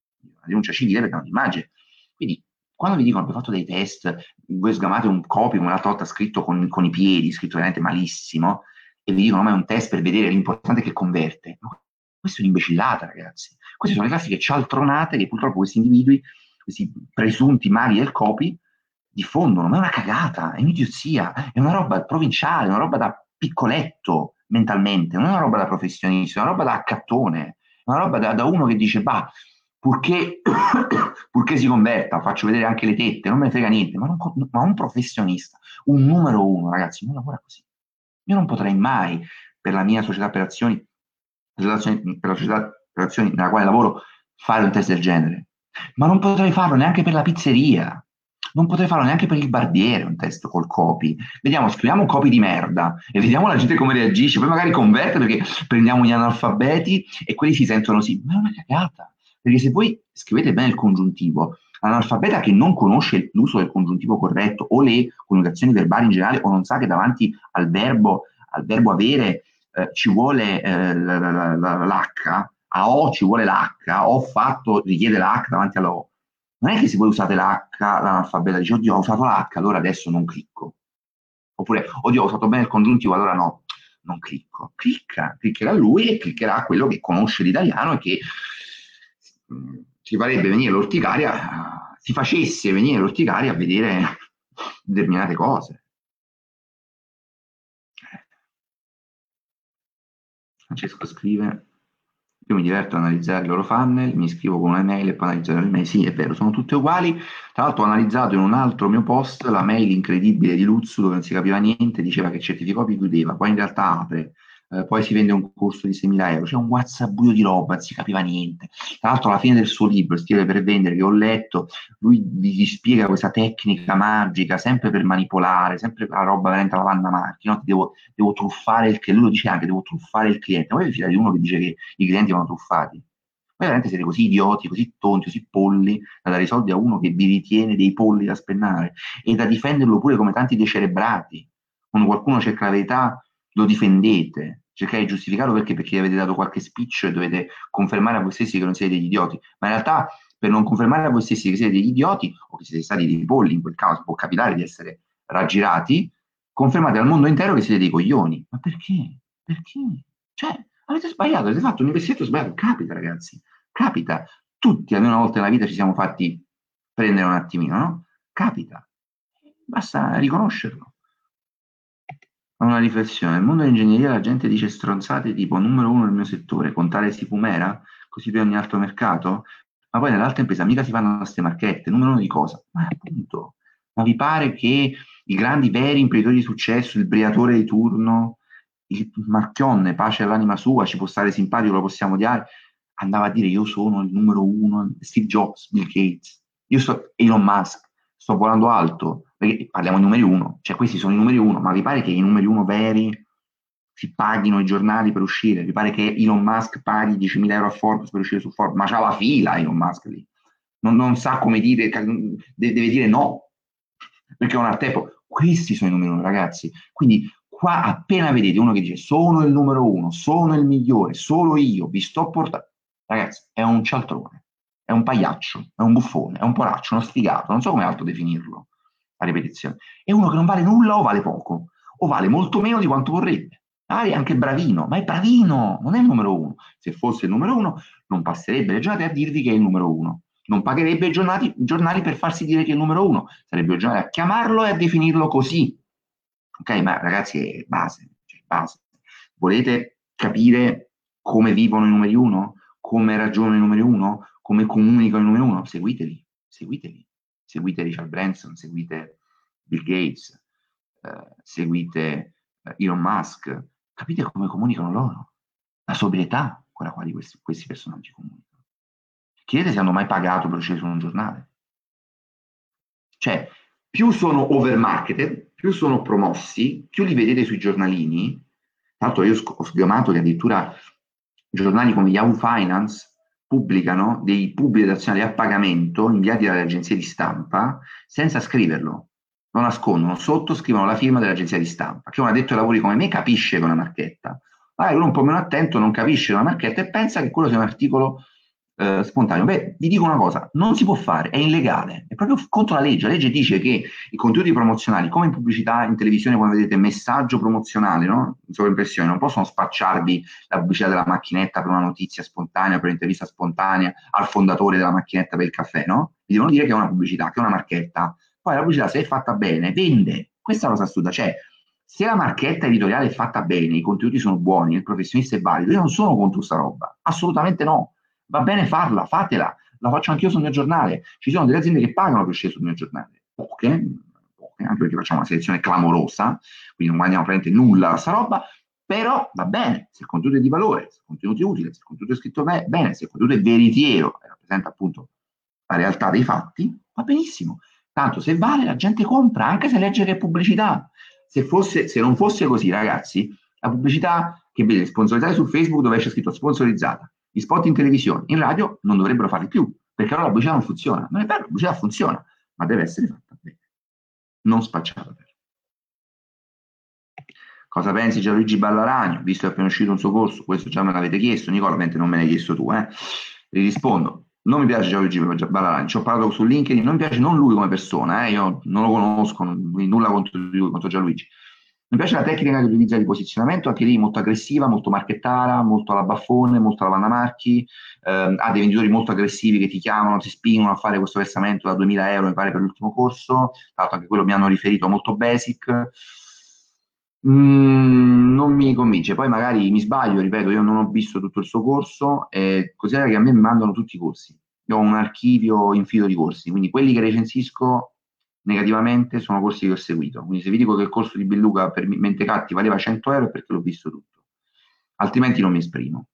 denuncia civile per danno d'immagine. Quindi quando vi dicono che ho fatto dei test, voi sgamate un copy come l'altra volta scritto con, con i piedi, scritto veramente malissimo, e vi dicono ma è un test per vedere, l'importante è che converte. No, questa è un'imbecillata, ragazzi. Queste sono le classiche cialtronate che purtroppo questi individui, questi presunti maghi del copy, diffondono, ma è una cagata, è un'idiozia, è una roba provinciale, una roba da piccoletto mentalmente, non è una roba da professionista, è una roba da accattone, è una roba da, da uno che dice, bah, purché, purché si converta, faccio vedere anche le tette, non me ne frega niente, ma, non, ma un professionista, un numero uno, ragazzi, non lavora così. Io non potrei mai, per la mia società per azioni, per la società per azioni nella quale lavoro, fare un test del genere. Ma non potrei farlo neanche per la pizzeria. Non potrei farlo neanche per il barbiere, un test col copy. Vediamo, scriviamo un copy di merda e vediamo la gente come reagisce. Poi magari converte perché prendiamo gli analfabeti e quelli si sentono sì. Ma è una cagata. Perché se voi scrivete bene il congiuntivo, l'analfabeta che non conosce l'uso del congiuntivo corretto o le coniugazioni verbali in generale o non sa che davanti al verbo, al verbo avere eh, ci vuole eh, l'H, a O ci vuole l'H, ho fatto, richiede l'H davanti alla O. Non è che se voi usate l'H, l'analfabeta dice, oddio, ho usato l'H, allora adesso non clicco. Oppure, oddio, ho usato bene il congiuntivo, allora no, non clicco. Clicca, cliccherà lui e cliccherà quello che conosce l'italiano e che mh, si farebbe venire l'orticaria, si facesse venire l'orticaria a vedere determinate cose. Francesco scrive, io mi diverto ad analizzare i loro funnel, mi iscrivo con un'email e poi analizzare le mail. Sì, è vero, sono tutte uguali. Tra l'altro ho analizzato in un altro mio post la mail incredibile di Luzzu dove non si capiva niente, diceva che certificati chiudeva, poi in realtà apre, eh, poi si vende un corso di seimila euro, c'è un WhatsApp di roba, non si capiva niente. Tra l'altro alla fine del suo libro, Stile per vendere, che ho letto, lui gli spiega questa tecnica magica, sempre per manipolare, sempre la roba veramente alla Vanna Marchi, no? Devo, devo truffare il cliente, lui lo dice anche, devo truffare il cliente. Ma voi vi fidate di uno che dice che i clienti vanno truffati? Voi veramente siete così idioti, così tonti, così polli da dare i soldi a uno che vi ritiene dei polli da spennare e da difenderlo pure come tanti decerebrati. Quando qualcuno cerca la verità, lo difendete, cercate di giustificarlo perché? Perché gli avete dato qualche speech e dovete confermare a voi stessi che non siete degli idioti. Ma in realtà, per non confermare a voi stessi che siete degli idioti o che siete stati dei polli, in quel caso può capitare di essere raggirati, confermate al mondo intero che siete dei coglioni. Ma perché? Perché? Cioè, avete sbagliato, avete fatto un investimento sbagliato. Capita, ragazzi, capita. Tutti almeno una volta nella vita ci siamo fatti prendere un attimino, no? Capita. Basta riconoscerlo. Una riflessione. Nel mondo dell'ingegneria la gente dice stronzate tipo numero uno nel mio settore, contare si fumera, così per ogni altro mercato, ma poi nell'altra impresa mica si fanno queste marchette, numero uno di cosa? Ma appunto, ma vi pare che i grandi veri imprenditori di successo, il briatore di turno, il Marchionne, pace all'anima sua, ci può stare simpatico, lo possiamo odiare, andava a dire io sono il numero uno, Steve Jobs, Bill Gates, io sto Elon Musk, sto volando alto, perché parliamo di numeri uno, cioè questi sono i numeri uno, ma vi pare che i numeri uno veri si paghino i giornali per uscire? Vi pare che Elon Musk paghi diecimila euro a Forbes per uscire su Forbes? Ma c'ha la fila Elon Musk lì, non, non sa come dire, deve dire no, perché non ha tempo. Questi sono i numeri uno, ragazzi. Quindi qua appena vedete uno che dice sono il numero uno, sono il migliore, solo io, vi sto portando, ragazzi, è un cialtrone, è un pagliaccio, è un buffone, è un poraccio, uno sfigato, non so come altro definirlo a ripetizione. È uno che non vale nulla o vale poco, o vale molto meno di quanto vorrebbe. Magari è anche bravino, ma è bravino, non è il numero uno. Se fosse il numero uno, non passerebbe le giornate a dirvi che è il numero uno. Non pagherebbe i giornali, giornali per farsi dire che è il numero uno. Sarebbe il giornale a chiamarlo e a definirlo così. Ok, ma ragazzi è base, cioè base. Volete capire come vivono i numeri uno? Come ragionano i numeri uno? Come comunicano i numeri uno? Seguiteli, seguiteli. Seguite Richard Branson, seguite Bill Gates, eh, seguite eh, Elon Musk. Capite come comunicano loro? La sobrietà con la quale questi, questi personaggi comunicano. Chiedete se hanno mai pagato per uscire su un giornale. Cioè, più sono overmarketed, più sono promossi, più li vedete sui giornalini. Tra l'altro io ho sgamato che addirittura giornali come Yahoo Finance pubblicano dei pubblici nazionali a pagamento inviati dalle agenzie di stampa senza scriverlo, lo nascondono, sotto scrivono la firma dell'agenzia di stampa, che un addetto ai lavori come me capisce che è una marchetta. Magari uno un po' meno attento non capisce una marchetta e pensa che quello sia un articolo eh, spontaneo. Beh, vi dico una cosa, non si può fare, è illegale, è proprio contro la legge. La legge dice che i contenuti promozionali, come in pubblicità, in televisione, quando vedete messaggio promozionale, no? In sovraimpressione, non possono spacciarvi la pubblicità della macchinetta per una notizia spontanea, per un'intervista spontanea al fondatore della macchinetta per il caffè, no? Vi devono dire che è una pubblicità, che è una marchetta. Poi la pubblicità, se è fatta bene, vende. Questa è la cosa assurda, cioè se la marchetta editoriale è fatta bene, i contenuti sono buoni, il professionista è valido, io non sono contro sta roba, assolutamente no. Va bene farla, fatela, la faccio anch'io sul mio giornale. Ci sono delle aziende che pagano per uscire sul mio giornale, poche, poche, anche perché facciamo una selezione clamorosa, quindi non guadagniamo praticamente nulla da sta roba, però va bene, se il contenuto è di valore, se il contenuto è utile, se il contenuto è scritto bene, se il contenuto è veritiero e rappresenta appunto la realtà dei fatti, va benissimo. Tanto se vale la gente compra, anche se legge che è pubblicità. Se, fosse, se non fosse così, ragazzi, la pubblicità che vede sponsorizzata su Facebook dove c'è scritto sponsorizzata, gli spot in televisione, in radio non dovrebbero farli più, perché allora la pubblicità non funziona. Non è vero, la pubblicità funziona, ma deve essere fatta bene, non spacciata bene. Cosa pensi Gianluigi Ballaragno? Visto che è appena uscito un suo corso, questo già me l'avete chiesto, Nicola, ovviamente non me l'hai chiesto tu, eh? Vi rispondo. Non mi piace Gianluigi Ballaragno, ci ho parlato su LinkedIn, non mi piace non lui come persona, eh? Io non lo conosco, non, nulla contro di lui, contro Gianluigi. Mi piace la tecnica che utilizza di posizionamento, anche lì molto aggressiva, molto marchettara, molto alla baffone, molto alla Vanna Marchi, ehm, ha dei venditori molto aggressivi che ti chiamano, ti spingono a fare questo versamento da duemila euro, mi pare, per l'ultimo corso, tra l'altro anche quello mi hanno riferito molto basic. Mm, non mi convince, poi magari mi sbaglio, ripeto, io non ho visto tutto il suo corso, e considera che a me mi mandano tutti i corsi. Io ho un archivio infinito di corsi, quindi quelli che recensisco negativamente sono corsi che ho seguito. Quindi se vi dico che il corso di Belluga per Mentecatti valeva cento euro è perché l'ho visto tutto, altrimenti non mi esprimo.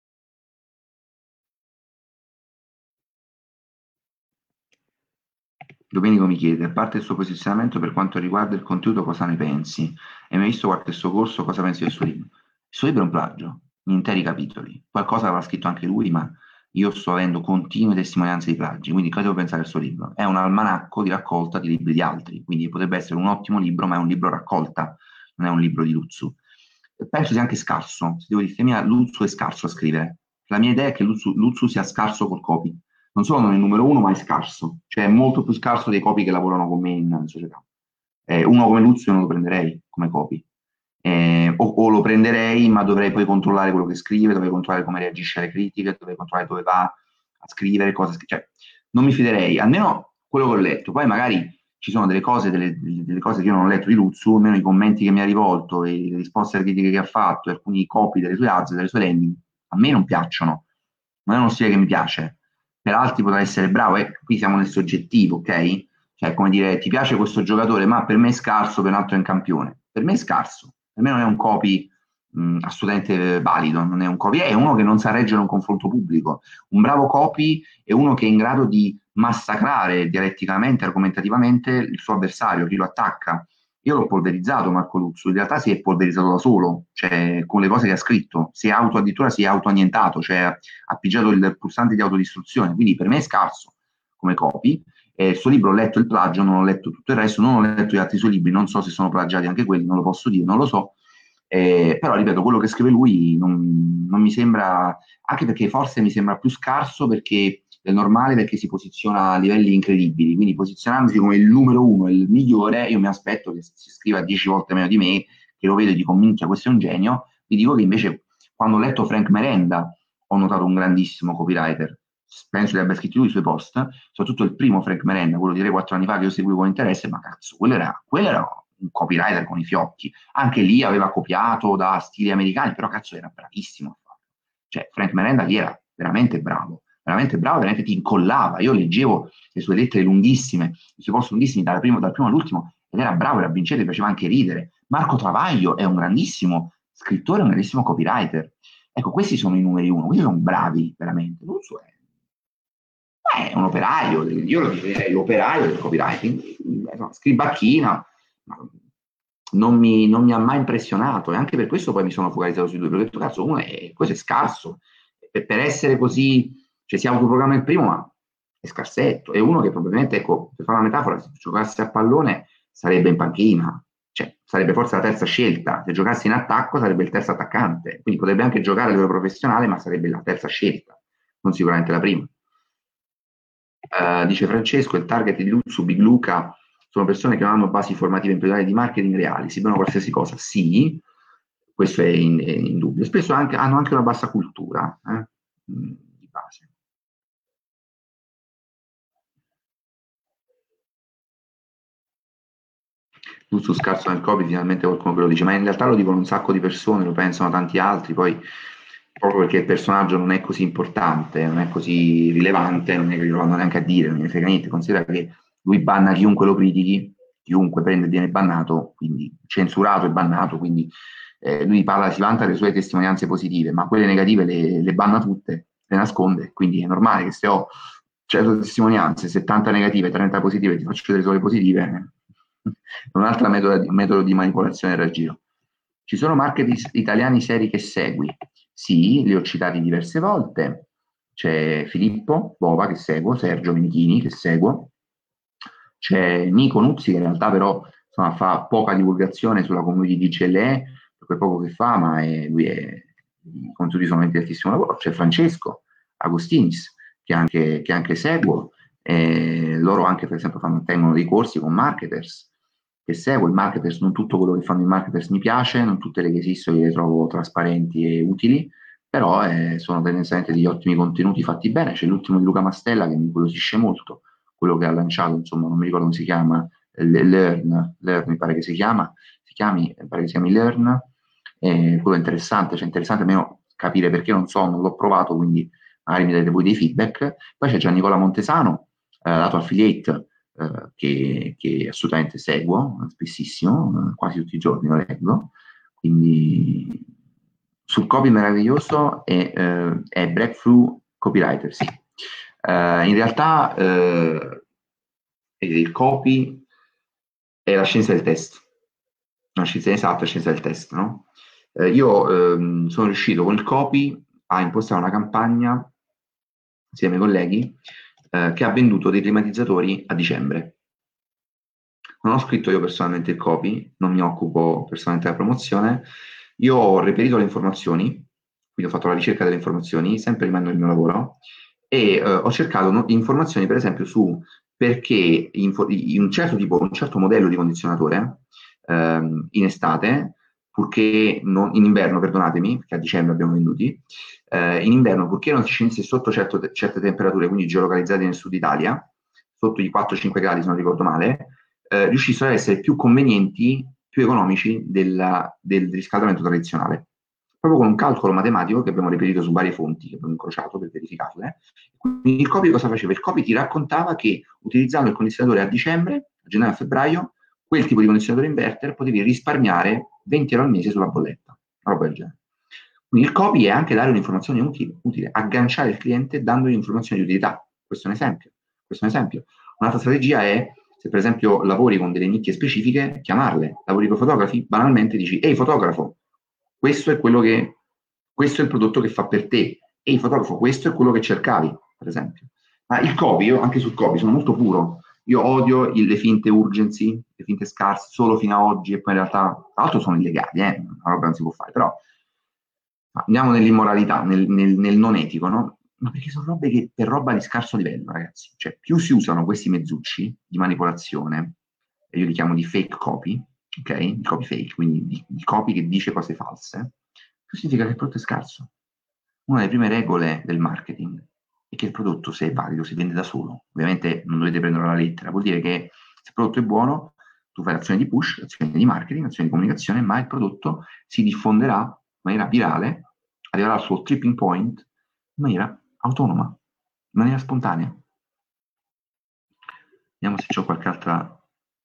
Domenico mi chiede, a parte il suo posizionamento per quanto riguarda il contenuto, cosa ne pensi? Hai mai visto qualche suo corso? Cosa pensi del suo libro? Il suo libro è un plagio, in interi capitoli. Qualcosa avrà scritto anche lui, ma io sto avendo continue testimonianze di plagi, quindi cosa devo pensare del suo libro? È un almanacco di raccolta di libri di altri, quindi potrebbe essere un ottimo libro, ma è un libro raccolta, non è un libro di Luzzu. Penso sia anche scarso, se devo dire, mia, Luzzu è scarso a scrivere. La mia idea è che Luzzu, Luzzu sia scarso col copy. Non solo non è il numero uno, ma è scarso, cioè è molto più scarso dei copy che lavorano con me in, in società. Eh, uno come Luzio non lo prenderei come copy. Eh, o, o lo prenderei, ma dovrei poi controllare quello che scrive, dovrei controllare come reagisce alle critiche, dovrei controllare dove va a scrivere, cosa scri- cioè, non mi fiderei, almeno quello che ho letto. Poi magari ci sono delle cose, delle, delle cose che io non ho letto di Luzzu, almeno i commenti che mi ha rivolto, e le risposte alle critiche che ha fatto, alcuni copy delle sue ads, delle sue landing, a me non piacciono, non è uno stile che mi piace. Per altri potrà essere bravo, e qui siamo nel soggettivo, ok? Cioè, come dire, ti piace questo giocatore, ma per me è scarso, per un altro è un campione. Per me è scarso, per me non è un copy mh, assolutamente valido, non è un copy, è uno che non sa reggere un confronto pubblico. Un bravo copy è uno che è in grado di massacrare dialetticamente, argomentativamente il suo avversario, chi lo attacca. Io l'ho polverizzato Marco Luzzo, in realtà si è polverizzato da solo, cioè con le cose che ha scritto, si è auto addirittura si è autoannientato, cioè ha pigiato il pulsante di autodistruzione, quindi per me è scarso come copy. Eh, il suo libro ho letto il plagio, non ho letto tutto il resto, non ho letto gli altri suoi libri, non so se sono plagiati anche quelli, non lo posso dire, non lo so. Eh, però ripeto, quello che scrive lui non, non mi sembra, anche perché forse mi sembra più scarso perché è normale, perché si posiziona a livelli incredibili, quindi posizionandosi come il numero uno, il migliore, io mi aspetto che si scriva dieci volte meno di me, che lo vedo e dico minchia, questo è un genio. Vi dico che invece quando ho letto Frank Merenda ho notato un grandissimo copywriter, penso di abbia scritto lui i suoi post, soprattutto il primo Frank Merenda, quello di tre quattro anni fa che io seguivo con interesse, ma cazzo, quello era, quello era un copywriter con i fiocchi. Anche lì aveva copiato da stili americani, però cazzo era bravissimo a farlo. Cioè Frank Merenda lì era veramente bravo, veramente bravo, veramente ti incollava. Io leggevo le sue lettere lunghissime, i suoi post lunghissimi dal primo, dal primo all'ultimo, ed era bravo, era vincente, faceva anche ridere. Marco Travaglio è un grandissimo scrittore, un grandissimo copywriter. Ecco, questi sono i numeri uno, questi sono bravi, veramente. Non so, è è un operaio, io lo definirei l'operaio del copywriting, eh, scribacchina, ma non mi, non mi ha mai impressionato, e anche per questo poi mi sono focalizzato sui due, perché ho detto, cazzo, uno è, questo è scarso, per, per essere così, cioè si autoprogramma il primo, ma è scarsetto, è uno che probabilmente, ecco, per fare una metafora, se giocasse a pallone sarebbe in panchina, cioè sarebbe forse la terza scelta, se giocasse in attacco sarebbe il terzo attaccante, quindi potrebbe anche giocare a livello professionale, ma sarebbe la terza scelta. non sicuramente la prima. Uh, dice Francesco, il target di Luzzu, Big Luca, sono persone che non hanno basi formative imprenditoriali di marketing reali, si vedono qualsiasi cosa, sì, questo è in, è in dubbio. Spesso anche, hanno anche una bassa cultura eh, di base. Luzzu scarso nel copy, finalmente qualcuno che lo dice, ma in realtà lo dicono un sacco di persone, lo pensano tanti altri, poi proprio perché il personaggio non è così importante, non è così rilevante, non è che lo vanno neanche a dire, non ne frega niente, considera che lui banna chiunque lo critichi, chiunque prende e viene bannato, quindi censurato e bannato, quindi eh, lui parla, si vanta delle sue testimonianze positive, ma quelle negative le, le banna tutte, le nasconde, quindi è normale che se ho cento testimonianze, settanta negative, trenta positive, ti faccio vedere solo le positive, è un'altra metodo, metodo di manipolazione e raggiro. Ci sono marketing italiani seri che segui? Sì, li ho citati diverse volte. C'è Filippo Bova che seguo, Sergio Menichini che seguo, c'è Nico Nuzzi che in realtà però insomma, fa poca divulgazione sulla community di C L E, per quel poco che fa, ma è, lui è, i contenuti sono veramente di altissimo lavoro. C'è Francesco Agostinis che anche, che anche seguo, e loro anche per esempio fanno, tengono dei corsi con marketers che seguo. Il marketers, non tutto quello che fanno i marketers mi piace, non tutte le che esistono le trovo trasparenti e utili, però eh, sono tendenzialmente degli ottimi contenuti fatti bene. C'è l'ultimo di Luca Mastella che mi incuriosisce molto, quello che ha lanciato, insomma, non mi ricordo come si chiama, Learn, Learn mi pare che si chiama, si chiami, mi pare che si chiami Learn, eh, quello è interessante, cioè interessante almeno capire perché non so, non l'ho provato, quindi magari mi date voi dei feedback. Poi c'è Giannicola Montesano, eh, lato affiliate, eh, che, che assolutamente seguo, spessissimo, eh, quasi tutti i giorni lo leggo, quindi sul copy meraviglioso è, eh, è Breakthrough Copywriter, sì. Uh, in realtà uh, il copy è la scienza del testo, la scienza esatta, la scienza del testo, no? Uh, io um, sono riuscito con il copy a impostare una campagna insieme ai colleghi uh, che ha venduto dei climatizzatori a dicembre. Non ho scritto io personalmente il copy, non mi occupo personalmente della promozione, io ho reperito le informazioni, quindi ho fatto la ricerca delle informazioni, sempre rimanendo il mio lavoro, e eh, ho cercato no, informazioni per esempio su perché in, in un certo tipo, un certo modello di condizionatore ehm, in estate, purché non, in inverno, perdonatemi, perché a dicembre abbiamo venduti, eh, in inverno purché non si scendesse sotto certo, certe temperature, quindi geolocalizzate nel sud Italia, sotto i quattro cinque gradi se non ricordo male, eh, riuscissero ad essere più convenienti, più economici della, del riscaldamento tradizionale. Proprio con un calcolo matematico che abbiamo reperito su varie fonti, che abbiamo incrociato per verificarle. Quindi il copy cosa faceva? Il copy ti raccontava che utilizzando il condizionatore a dicembre, a gennaio e a febbraio, quel tipo di condizionatore inverter potevi risparmiare venti euro al mese sulla bolletta, una roba del genere. Quindi il copy è anche dare un'informazione utile, utile, agganciare il cliente dandogli informazioni di utilità. Questo è un esempio. Questo è un esempio. Un'altra strategia è, se per esempio lavori con delle nicchie specifiche, chiamarle. Lavori con fotografi, banalmente dici, ehi fotografo, questo è quello che, questo è il prodotto che fa per te. Ehi fotografo, questo è quello che cercavi, per esempio. Ma il copy, io anche sul copy sono molto puro. Io odio il, le finte urgency, le finte scarse, solo fino a oggi, e poi in realtà, tra l'altro sono illegali, eh? Una roba non si può fare, però andiamo nell'immoralità, nel, nel, nel non etico, no? Ma perché sono robe che per roba di scarso livello, ragazzi. Cioè, più si usano questi mezzucci di manipolazione, e io li chiamo di fake copy, ok? Di copy fake, quindi di, di copy che dice cose false, più significa che il prodotto è scarso. Una delle prime regole del marketing è che il prodotto, se è valido, si vende da solo. Ovviamente non dovete prenderlo alla lettera, vuol dire che se il prodotto è buono, tu fai l'azione di push, l'azione di marketing, l'azione di comunicazione, ma il prodotto si diffonderà in maniera virale, arriverà al suo tripping point in maniera autonoma, in maniera spontanea. Vediamo se c'ho qualche altra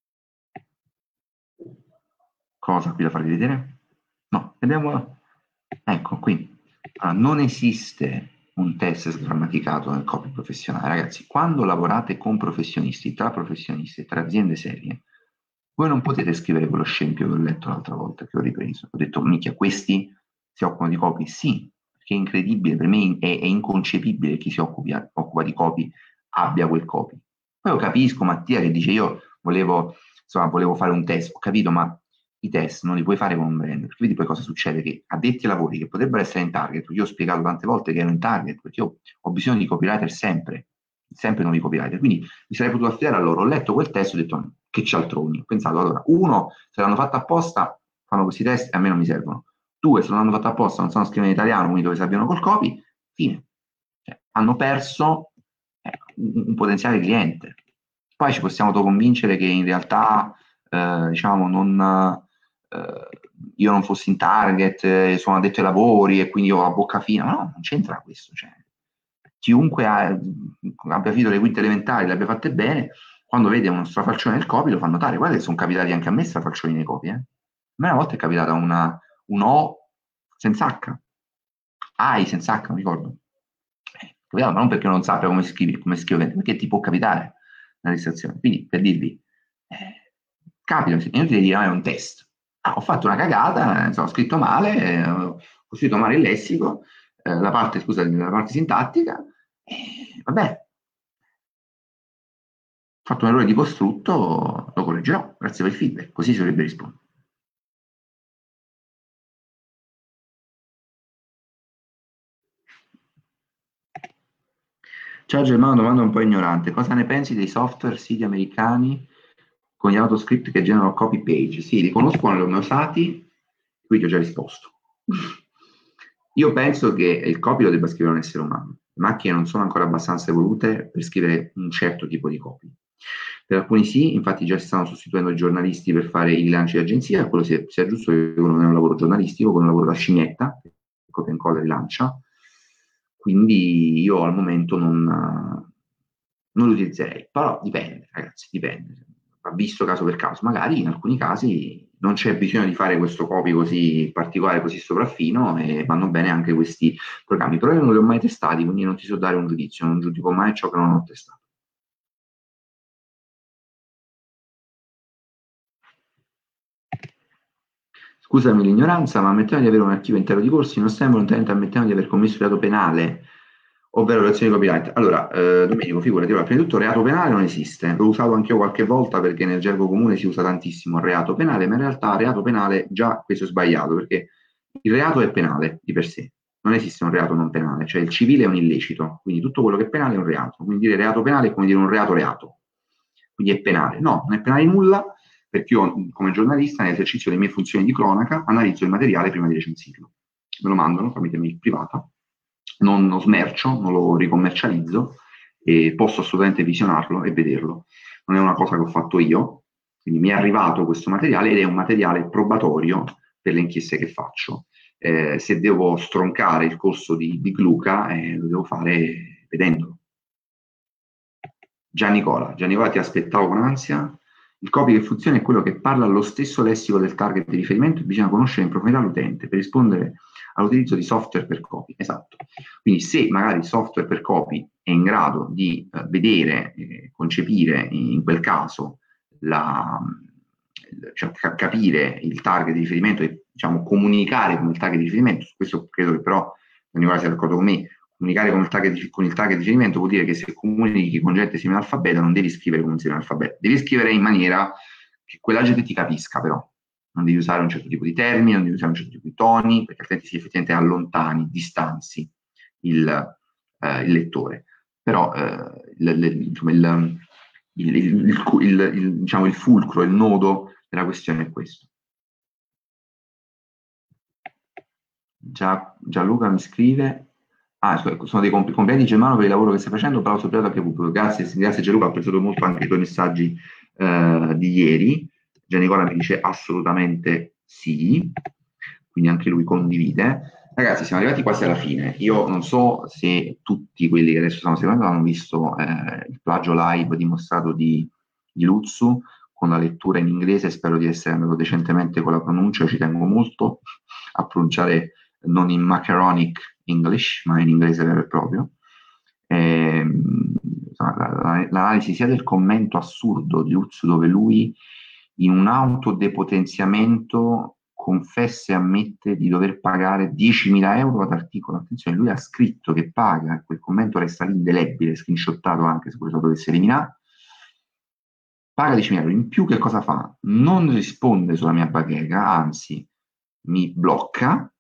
cosa qui da farvi vedere. No, vediamo. Ecco qui. Allora, non esiste un test sgrammaticato nel copy professionale. Ragazzi, quando lavorate con professionisti, tra professionisti, tra aziende serie, voi non potete scrivere quello scempio che ho letto l'altra volta, che ho ripreso. Ho detto, minchia, questi si occupano di copy? Sì, perché è incredibile, per me è, è inconcepibile che chi si occupi, occupa di copy abbia quel copy. Poi lo capisco, Mattia, che dice io volevo, insomma, volevo fare un test, ho capito, ma i test non li puoi fare con un brand, perché vedi poi cosa succede, che addetti ai lavori che potrebbero essere in target, io ho spiegato tante volte che ero in target, perché io ho bisogno di copywriter sempre, sempre nuovi copywriter, quindi mi sarei potuto affidare a loro, ho letto quel test e ho detto che cialtroni, ho pensato allora, uno, se l'hanno fatto apposta, fanno questi test e a me non mi servono, due, se non l'hanno fatto apposta, non sanno scrivere in italiano, quindi dove si abbiano col copy, fine. Cioè, hanno perso eh, un, un potenziale cliente. Poi ci possiamo autoconvincere che in realtà, eh, diciamo, non, eh, io non fossi in target, eh, sono addetto ai lavori e quindi ho la bocca fina. Ma no, non c'entra questo. Cioè, chiunque ha- abbia finito le quinte elementari, le abbia fatte bene, quando vede uno strafalcione nel copy lo fa notare. Guarda che sono capitati anche a me strafalcioni nei copy. Eh. A me una volta è capitata una, un O senza H. AI senza H, non ricordo. Eh, ma non perché non sappia come scrivi, come scrivo, perché ti può capitare una registrazione. Quindi, per dirvi, eh, capita, inutile dire, ah, è un test. Ah, ho fatto una cagata, eh, ho scritto male, eh, ho costruito male il lessico, eh, la parte, scusa, la parte sintattica, eh, vabbè, ho fatto un errore di costrutto, lo correggerò, grazie per il feedback, così si dovrebbe rispondere. Ciao Germano, domanda un po' ignorante. Cosa ne pensi dei software siti americani con gli autoscript che generano copy page? Sì, li conosco, non li ho mai usati, quindi ho già risposto. Io penso che il copy lo debba scrivere un essere umano. Le macchine non sono ancora abbastanza evolute per scrivere un certo tipo di copy. Per alcuni sì, infatti già si stanno sostituendo i giornalisti per fare i rilanci di agenzia, quello sia, sia giusto che quello non è un lavoro giornalistico, quello è un lavoro da scimmietta, copia e incolla e rilancia. Quindi io al momento non, non lo utilizzerei, però dipende, ragazzi, dipende. Va visto caso per caso, magari in alcuni casi non c'è bisogno di fare questo copy così particolare, così sopraffino e vanno bene anche questi programmi, però io non li ho mai testati, quindi non ti so dare un giudizio, non giudico mai ciò che non ho testato. Scusami l'ignoranza, ma ammettiamo di avere un archivio intero di corsi, non stiamo volontariamente ammettendo di aver commesso reato penale, ovvero violazione di copyright. Allora, eh, Domenico, figurati, allora, prima di tutto reato penale non esiste, l'ho usato anche io qualche volta perché nel gergo comune si usa tantissimo il reato penale, ma in realtà reato penale già questo è sbagliato, perché il reato è penale di per sé, non esiste un reato non penale, cioè il civile è un illecito, quindi tutto quello che è penale è un reato, quindi dire reato penale è come dire un reato reato, quindi è penale. No, non è penale nulla, perché io come giornalista nell'esercizio delle mie funzioni di cronaca analizzo il materiale prima di recensirlo. Me lo mandano tramite mail privata, non lo smercio, non lo ricommercializzo e posso assolutamente visionarlo e vederlo. Non è una cosa che ho fatto io, quindi mi è arrivato questo materiale ed è un materiale probatorio per le inchieste che faccio. Eh, se devo stroncare il corso di, di Gluca, eh, lo devo fare vedendolo. Giannicola, Giannicola ti aspettavo con ansia. Il copy che funziona è quello che parla allo stesso lessico del target di riferimento e bisogna conoscere in profondità l'utente per rispondere all'utilizzo di software per copy. Esatto. Quindi se magari il software per copy è in grado di eh, vedere, eh, concepire in quel caso, la, cioè, capire il target di riferimento e diciamo, comunicare con il target di riferimento, su questo credo che però Giannicola sia d'accordo con me, comunicare con il target, con il target di riferimento vuol dire che se comunichi con gente semianalfabeta non devi scrivere come un semianalfabeta, devi scrivere in maniera che quella gente ti capisca però. Non devi usare un certo tipo di termini, non devi usare un certo tipo di toni, perché altrimenti si effettivamente allontani, distanzi il, eh, il lettore. Però eh, il, il, insomma, il, il, il, il, diciamo, il fulcro, il nodo della questione è questo. Gia- Gianluca mi scrive. Ah, scusa, sono dei compl- complimenti Germano per il lavoro che stai facendo, però soprattutto anche pubblico. Grazie, grazie Gianluca, ho apprezzato molto anche i tuoi messaggi eh, di ieri. Giannicola mi dice assolutamente sì, quindi anche lui condivide. Ragazzi, siamo arrivati quasi alla fine. Io non so se tutti quelli che adesso stanno seguendo hanno visto eh, il plagio live dimostrato di, di Luzzu con la lettura in inglese, spero di essere andato decentemente con la pronuncia, ci tengo molto a pronunciare non in macaronic English, ma in inglese vero e proprio. E, l'analisi sia del commento assurdo di Lutz, dove lui in un autodepotenziamento confessa e ammette di dover pagare diecimila euro ad articolo. Attenzione, lui ha scritto che paga, quel commento resta lì indelebile, screenshottato anche se poi lo dovesse eliminare. paga diecimila euro in più, che cosa fa? Non risponde sulla mia bacheca, anzi mi blocca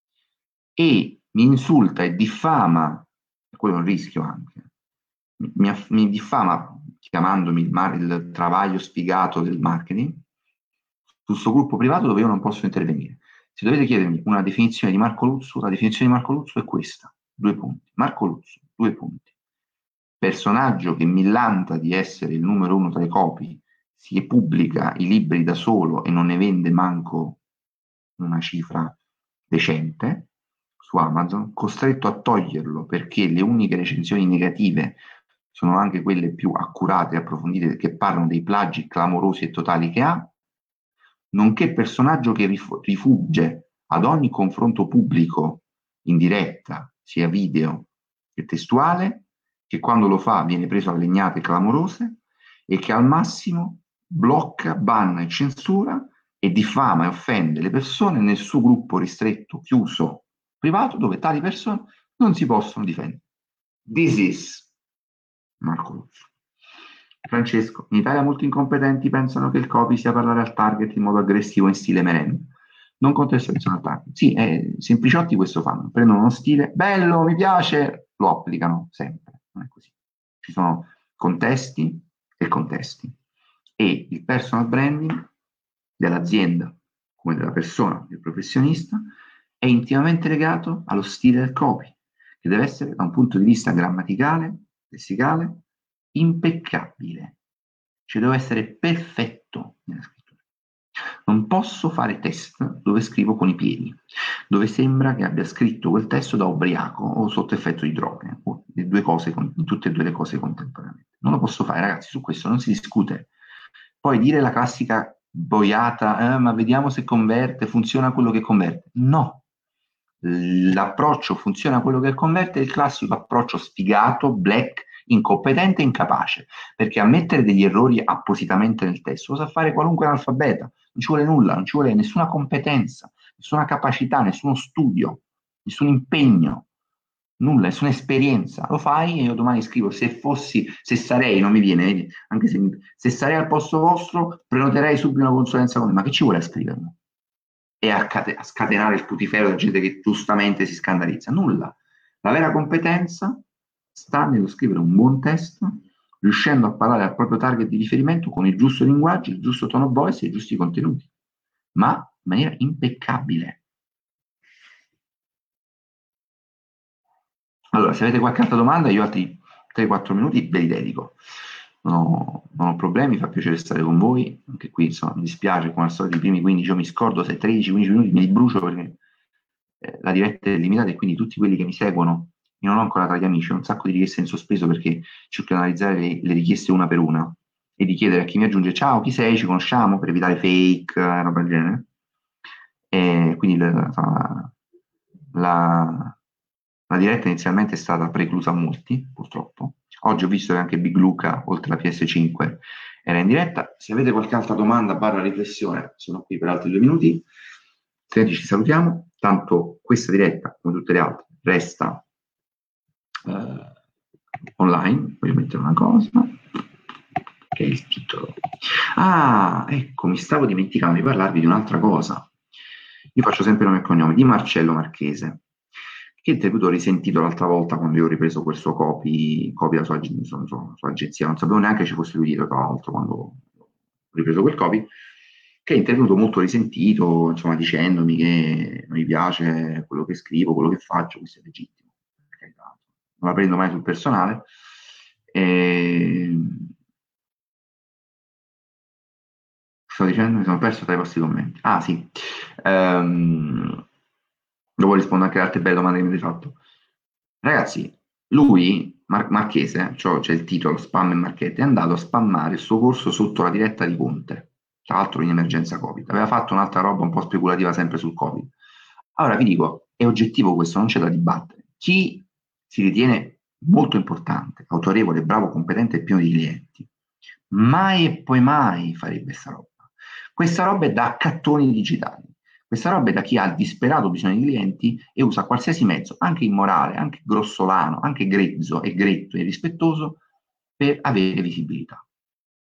e mi insulta e diffama, quello è un rischio anche, mi, mi aff- mi diffama chiamandomi il, mar- il travaglio sfigato del marketing su questo gruppo privato dove io non posso intervenire. Se dovete chiedermi una definizione di Marco Luzzu, la definizione di Marco Luzzu è questa, due punti. Marco Luzzu, due punti. Personaggio che millanta di essere il numero uno tra i copi, si pubblica i libri da solo e non ne vende manco una cifra decente su Amazon, costretto a toglierlo perché le uniche recensioni negative sono anche quelle più accurate e approfondite che parlano dei plagi clamorosi e totali che ha, nonché personaggio che rif- rifugge ad ogni confronto pubblico in diretta, sia video che testuale, che quando lo fa viene preso a legnate clamorose e che al massimo blocca, banna e censura e diffama e offende le persone nel suo gruppo ristretto, chiuso, privato, dove tali persone non si possono difendere. This is Marco Russo. Francesco, in Italia molti incompetenti pensano che il copy sia parlare al target in modo aggressivo in stile merenda. Non contestualizzazione al target. Sì, eh, sempliciotti questo fanno, prendono uno stile bello, mi piace, lo applicano sempre. Non è così. Ci sono contesti e contesti. E il personal branding dell'azienda, come della persona, del professionista, è intimamente legato allo stile del copy, che deve essere, da un punto di vista grammaticale, lessicale, impeccabile. Cioè deve essere perfetto nella scrittura. Non posso fare test dove scrivo con i piedi, dove sembra che abbia scritto quel testo da ubriaco o sotto effetto di droghe, o le due cose, tutte e due le cose contemporaneamente. Non lo posso fare, ragazzi, su questo non si discute. Poi dire la classica boiata, eh, ma vediamo se converte, funziona quello che converte. No, l'approccio funziona quello che converte è il classico approccio sfigato, black, incompetente e incapace, perché ammettere degli errori appositamente nel testo lo sa fare qualunque analfabeta, non ci vuole nulla, non ci vuole nessuna competenza, nessuna capacità, nessuno studio, nessun impegno, nulla, nessuna esperienza. Lo fai e io domani scrivo, se fossi, se sarei, non mi viene, vedi? Anche se, se sarei al posto vostro, prenoterei subito una consulenza con me, ma che ci vuole a scriverlo? E a, cate- a scatenare il putiferio della gente che giustamente si scandalizza. Nulla. La vera competenza sta nello scrivere un buon testo, riuscendo a parlare al proprio target di riferimento con il giusto linguaggio, il giusto tono of voice e i giusti contenuti, ma in maniera impeccabile. Allora, se avete qualche altra domanda, io altri tre quattro minuti ve li dedico. Non ho, non ho problemi, fa piacere stare con voi. Anche qui, insomma, mi dispiace, come al solito, i primi quindici io mi scordo, se tredici quindici minuti me li brucio perché eh, la diretta è limitata e quindi tutti quelli che mi seguono, io non ho ancora tra gli amici, ho un sacco di richieste in sospeso perché cerco di analizzare le, le richieste una per una e di chiedere a chi mi aggiunge ciao, chi sei, ci conosciamo, per evitare fake, eh, roba del genere. E quindi la, insomma, la, la diretta inizialmente è stata preclusa a molti, purtroppo. Oggi ho visto che anche Big Luca, oltre alla P S cinque, era in diretta. Se avete qualche altra domanda, barra riflessione, sono qui per altri due minuti. Altrimenti ci salutiamo. Tanto questa diretta, come tutte le altre, resta eh, online. Voglio mettere una cosa, che è il titolo. Ah, ecco, mi stavo dimenticando di parlarvi di un'altra cosa. Io faccio sempre nome e cognome di Marcello Marchese, che intervento ho risentito l'altra volta quando io ho ripreso quel suo copy, copy della sua, sua, sua, sua agenzia, non sapevo neanche ci fosse lui dietro, tra l'altro, quando ho ripreso quel copy, che è intervenuto molto risentito, insomma, dicendomi che non mi piace quello che scrivo, quello che faccio, questo è legittimo, per carità, non la prendo mai sul personale. E... Sto dicendo, mi sono perso tra i vostri commenti. Ah, sì. Ehm, dopo rispondo anche alle altre belle domande che mi avete fatto. Ragazzi, lui, Mar- Marchese, cioè c'è il titolo Spam e Marchette, è andato a spammare il suo corso sotto la diretta di Conte, tra l'altro in emergenza Covid. Aveva fatto un'altra roba un po' speculativa sempre sul Covid. Allora vi dico, è oggettivo questo, non c'è da dibattere. Chi si ritiene molto importante, autorevole, bravo, competente e pieno di clienti, mai e poi mai farebbe questa roba. Questa roba è da accattoni digitali. Questa roba è da chi ha disperato bisogno di clienti e usa qualsiasi mezzo, anche immorale, anche grossolano, anche grezzo e gretto e rispettoso, per avere visibilità.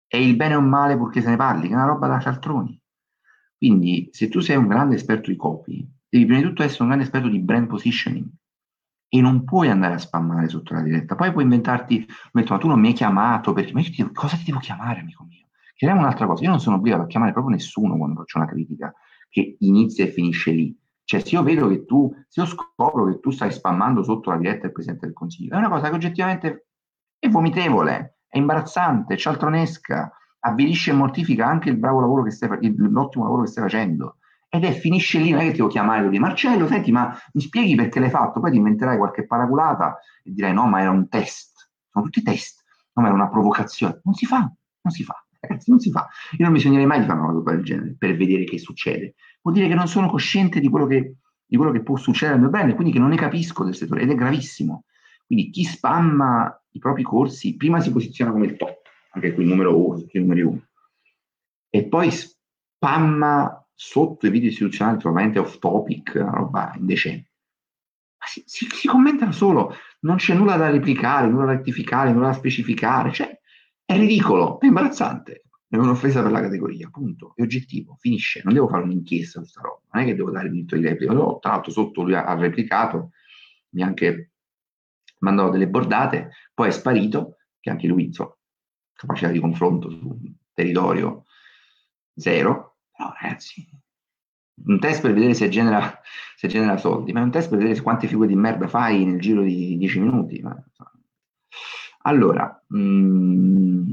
è il bene o male purché se ne parli, che è una roba da cialtroni. Quindi se tu sei un grande esperto di copy, devi prima di tutto essere un grande esperto di brand positioning e non puoi andare a spammare sotto la diretta. Poi puoi inventarti, metto, ma tu non mi hai chiamato perché, ma io ti, cosa ti devo chiamare, amico mio? Chiediamo un'altra cosa, io non sono obbligato a chiamare proprio nessuno quando faccio una critica che inizia e finisce lì. Cioè, se io vedo che tu, se io scopro che tu stai spammando sotto la diretta del Presidente del Consiglio, è una cosa che oggettivamente è vomitevole, è imbarazzante, è cialtronesca, avvilisce e mortifica anche il bravo lavoro che stai facendo, l'ottimo lavoro che stai facendo. Ed è finisce lì, non è che ti devo chiamare e dire Marcello, senti, ma mi spieghi perché l'hai fatto? Poi ti inventerai qualche paraculata e dirai no, ma era un test. Sono tutti test. No, ma era una provocazione. Non si fa, non si fa, ragazzi, non si fa. Io non mi sognerei mai di fare una cosa del genere per vedere che succede. Vuol dire che non sono cosciente di quello che, di quello che può succedere al mio brand, quindi che non ne capisco del settore, ed è gravissimo. Quindi chi spamma i propri corsi prima si posiziona come il top, anche qui il numero uno, il numero uno, e poi spamma sotto i video istituzionali totalmente off topic, una roba indecente. Ma si, si, si commentano solo, non c'è nulla da replicare, nulla da rettificare, nulla da specificare, cioè è ridicolo, è imbarazzante, è un'offesa per la categoria, punto, è oggettivo, finisce, non devo fare un'inchiesta su questa roba, non è che devo dare il diritto di replica, no, tra l'altro sotto lui ha, ha replicato, mi ha anche mandato delle bordate, poi è sparito, che anche lui, insomma, capacità di confronto su un territorio zero, però ragazzi, un test per vedere se genera, se genera soldi, ma è un test per vedere quante figure di merda fai nel giro di dieci minuti. Ma, allora, mh,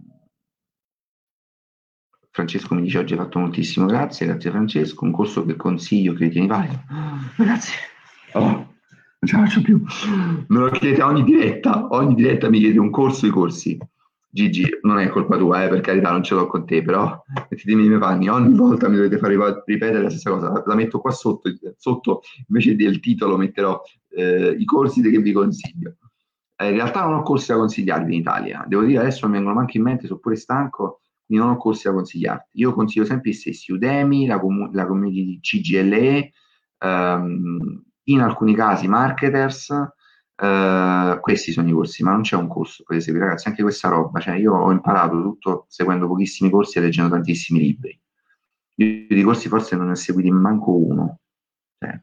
Francesco mi dice oggi hai fatto moltissimo, grazie, grazie Francesco, un corso che consiglio che ritieni valido. Grazie. Oh, non ce la faccio più. Me lo chiedete ogni diretta, ogni diretta mi chiede un corso di corsi. Gigi, non è colpa tua, eh, per carità, non ce l'ho con te, però mettetemi nei miei panni, ogni volta mi dovete fare ripetere la stessa cosa, la, la metto qua sotto, sotto invece del titolo metterò eh, i corsi che vi consiglio. Eh, in realtà non ho corsi da consigliarvi in Italia, devo dire adesso mi vengono anche in mente, sono pure stanco, quindi non ho corsi da consigliarti. Io consiglio sempre gli stessi, Udemy, la, comu- la community di C G L E, ehm, in alcuni casi Marketers, eh, questi sono i corsi, ma non c'è un corso, potete seguire ragazzi, anche questa roba, cioè io ho imparato tutto seguendo pochissimi corsi e leggendo tantissimi libri. Io di corsi forse non ne ho seguiti manco uno. Cioè,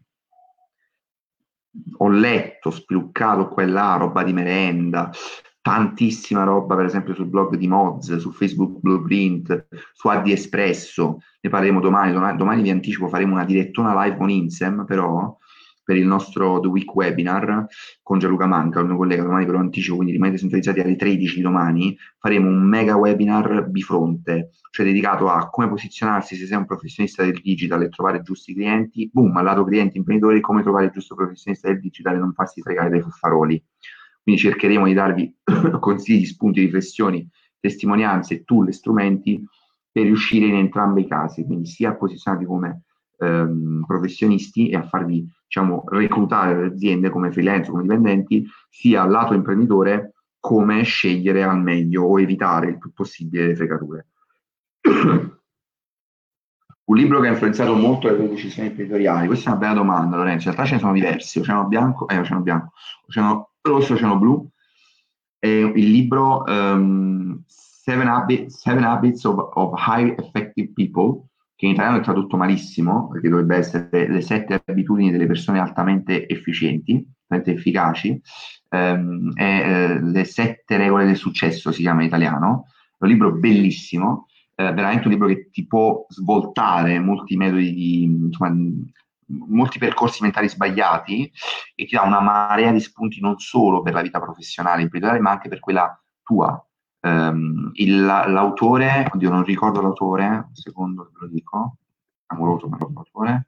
ho letto, spiluccato qua e là, roba di merenda, tantissima roba, per esempio sul blog di Moz, su Facebook Blueprint, su A D Espresso, ne parleremo domani, domani, domani vi anticipo, faremo una direttona live con Insem, però, per il nostro The Week webinar con Gianluca Manca, il mio collega, domani ve lo anticipo, quindi rimanete sintonizzati alle tredici di domani, faremo un mega webinar bifronte, cioè dedicato a come posizionarsi se sei un professionista del digital e trovare giusti clienti, boom, al lato clienti imprenditori, come trovare il giusto professionista del digital e non farsi fregare dai fuffaroli. Quindi cercheremo di darvi consigli, spunti, riflessioni, testimonianze, tool e strumenti per riuscire in entrambi i casi, quindi sia a posizionarvi come ehm, professionisti e a farvi, diciamo, reclutare le aziende come freelance, come dipendenti, sia al lato imprenditore come scegliere al meglio o evitare il più possibile le fregature. Un libro che ha influenzato molto le tue decisioni imprenditoriali? Questa è una bella domanda, Lorenzo. In realtà ce ne sono diversi: Oceano Bianco, eh, Oceano Bianco, Oceano Rosso, Oceano Blu. E il libro um, Seven, Habits, Seven Habits of, of High Effective People, che in italiano è tradotto malissimo, perché dovrebbe essere le sette abitudini delle persone altamente efficienti, altamente efficaci. Um, è, eh, le sette regole del successo, si chiama in italiano. È un libro bellissimo, eh, veramente un libro che ti può svoltare molti metodi di, insomma, molti percorsi mentali sbagliati e ti dà una marea di spunti non solo per la vita professionale imprenditoriale, ma anche per quella tua. Um, il, l'autore, oddio, non ricordo l'autore, un secondo ve lo dico, amoroso, ma non l'autore.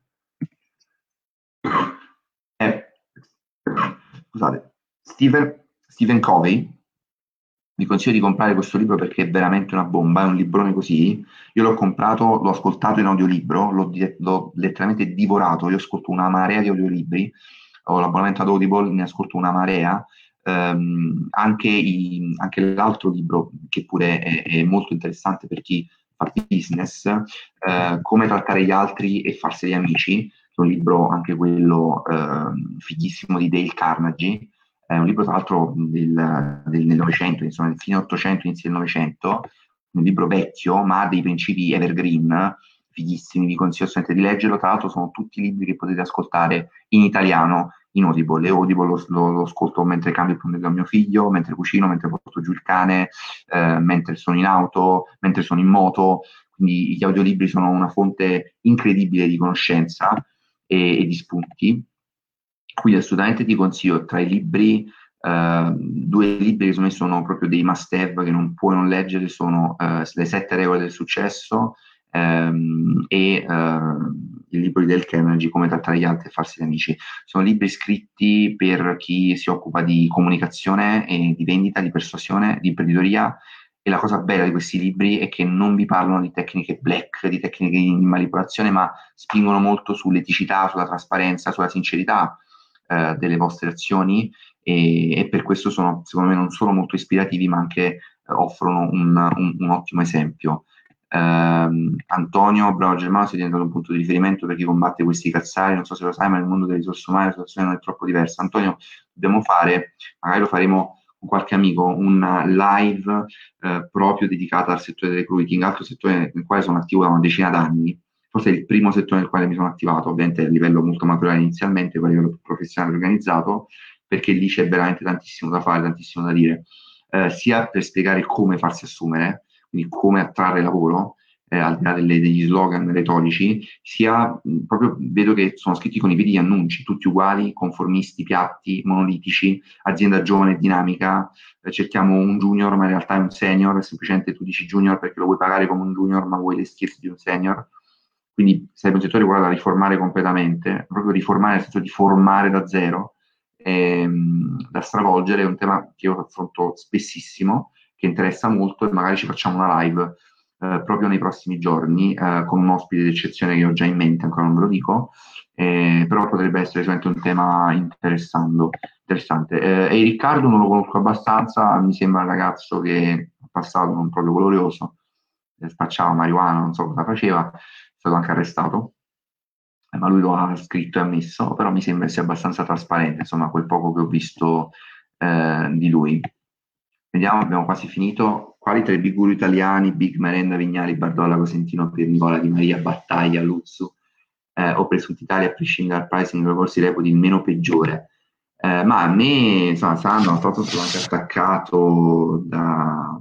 È, scusate, Stephen, Stephen Covey. Vi consiglio di comprare questo libro perché è veramente una bomba, è un librone così. Io l'ho comprato, l'ho ascoltato in audiolibro, l'ho, di- l'ho letteralmente divorato, io ascolto una marea di audiolibri, ho l'abbonamento ad Audible, ne ascolto una marea. Ehm, anche, i- anche l'altro libro, che pure è, è molto interessante per chi fa business, eh, Come trattare gli altri e farseli amici, che è un libro anche quello ehm, fighissimo di Dale Carnegie. È un libro tra l'altro del, del, del Novecento, insomma, del fine Ottocento, inizio del Novecento, un libro vecchio, ma ha dei principi evergreen, fighissimi, vi consiglio assolutamente di leggerlo. Tra l'altro sono tutti libri che potete ascoltare in italiano, in Audible. E Audible lo, lo, lo ascolto mentre cambio il punteggio a mio figlio, mentre cucino, mentre porto giù il cane, eh, mentre sono in auto, mentre sono in moto. Quindi gli audiolibri sono una fonte incredibile di conoscenza e, e di spunti. Quindi assolutamente ti consiglio tra i libri, eh, due libri che secondo me sono proprio dei must-have che non puoi non leggere, sono eh, Le sette regole del successo ehm, e eh, il libro di Dale Carnegie, Come trattare gli altri e farsi gli amici. Sono libri scritti per chi si occupa di comunicazione e di vendita, di persuasione, di imprenditoria. E la cosa bella di questi libri è che non vi parlano di tecniche black, di tecniche di manipolazione, ma spingono molto sull'eticità, sulla trasparenza, sulla sincerità eh, delle vostre azioni e, e per questo sono, secondo me, non solo molto ispirativi, ma anche eh, offrono un, un- un ottimo esempio. Ehm, Antonio, bravo Germano, sei diventato un punto di riferimento per chi combatte questi cazzari, non so se lo sai, ma nel mondo delle risorse umane la situazione non è troppo diversa. Antonio, dobbiamo fare, magari lo faremo con qualche amico, una live eh, proprio dedicata al settore del recruiting, altro settore nel quale sono attivo da una decina d'anni, forse è il primo settore nel quale mi sono attivato, ovviamente a livello molto maturale inizialmente, poi a livello professionale organizzato, perché lì c'è veramente tantissimo da fare, tantissimo da dire, eh, sia per spiegare come farsi assumere, quindi come attrarre lavoro, eh, al di là delle- degli slogan retorici, sia mh, proprio vedo che sono scritti con i piedi di annunci, tutti uguali, conformisti, piatti, monolitici, azienda giovane, dinamica, eh, cerchiamo un junior, ma in realtà è un senior, semplicemente tu dici junior perché lo vuoi pagare come un junior, ma vuoi le skills di un senior. Quindi sarebbe un settore guarda, da riformare completamente, proprio riformare nel senso di formare da zero, ehm, da stravolgere, è un tema che io affronto spessissimo, che interessa molto e magari ci facciamo una live eh, proprio nei prossimi giorni eh, con un ospite d'eccezione che ho già in mente, ancora non ve lo dico, eh, però potrebbe essere sicuramente un tema interessando, interessante. Eh, e Riccardo non lo conosco abbastanza, mi sembra un ragazzo che ha passato non proprio glorioso, eh, spacciava marijuana, non so cosa faceva, è stato anche arrestato, eh, ma lui lo ha scritto e ammesso, però mi sembra sia abbastanza trasparente, insomma, quel poco che ho visto eh, di lui. Vediamo, abbiamo quasi finito. Quali tra i big guru italiani, Big Merenda, Vignali, Bardolla, Cosentino, Piernicola, Di Maria, Battaglia, Luzzu, eh, o presunti tali, a prescindere dal pricing, lo si reputi il meno peggiore? Eh, ma a me, insomma, sanno, stato sono anche attaccato da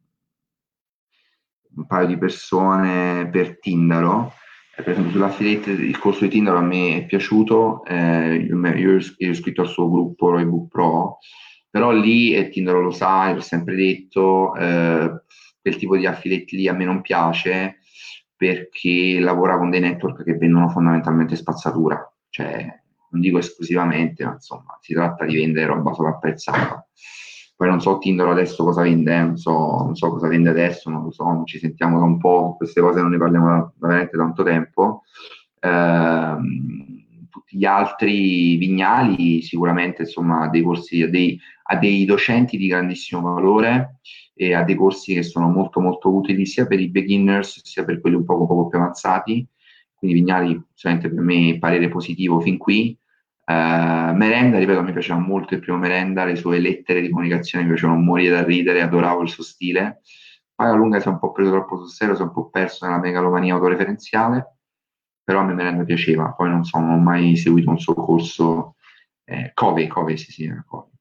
un paio di persone per Tindaro. Eh, per esempio sull'affiliate il corso di Tindaro a me è piaciuto, eh, io, io ero iscritto al suo gruppo Roybook Pro, però lì, e Tindaro lo sa, l'ho sempre detto, eh, quel tipo di affiliate lì a me non piace perché lavora con dei network che vendono fondamentalmente spazzatura, cioè non dico esclusivamente, ma insomma si tratta di vendere roba sovrapprezzata. Poi non so Tinder adesso cosa vende, eh, non so, non so cosa vende adesso, non lo so, non ci sentiamo da un po', queste cose non ne parliamo da, da veramente tanto tempo. Ehm, tutti gli altri Vignali sicuramente insomma ha dei corsi, ha dei, ha dei docenti di grandissimo valore e ha dei corsi che sono molto molto utili sia per i beginners sia per quelli un poco, poco più avanzati. Quindi Vignali, sicuramente per me parere positivo fin qui. Uh, Merenda, ripeto, mi piaceva molto il primo Merenda, le sue lettere di comunicazione mi facevano morire da ridere, adoravo il suo stile. Poi alla lunga si è un po' preso troppo sul serio, si è un po' perso nella megalomania autoreferenziale, però a me Merenda piaceva. Poi non so, non ho mai seguito un suo corso. Eh, Covey, Covey, sì, sì, era Covey.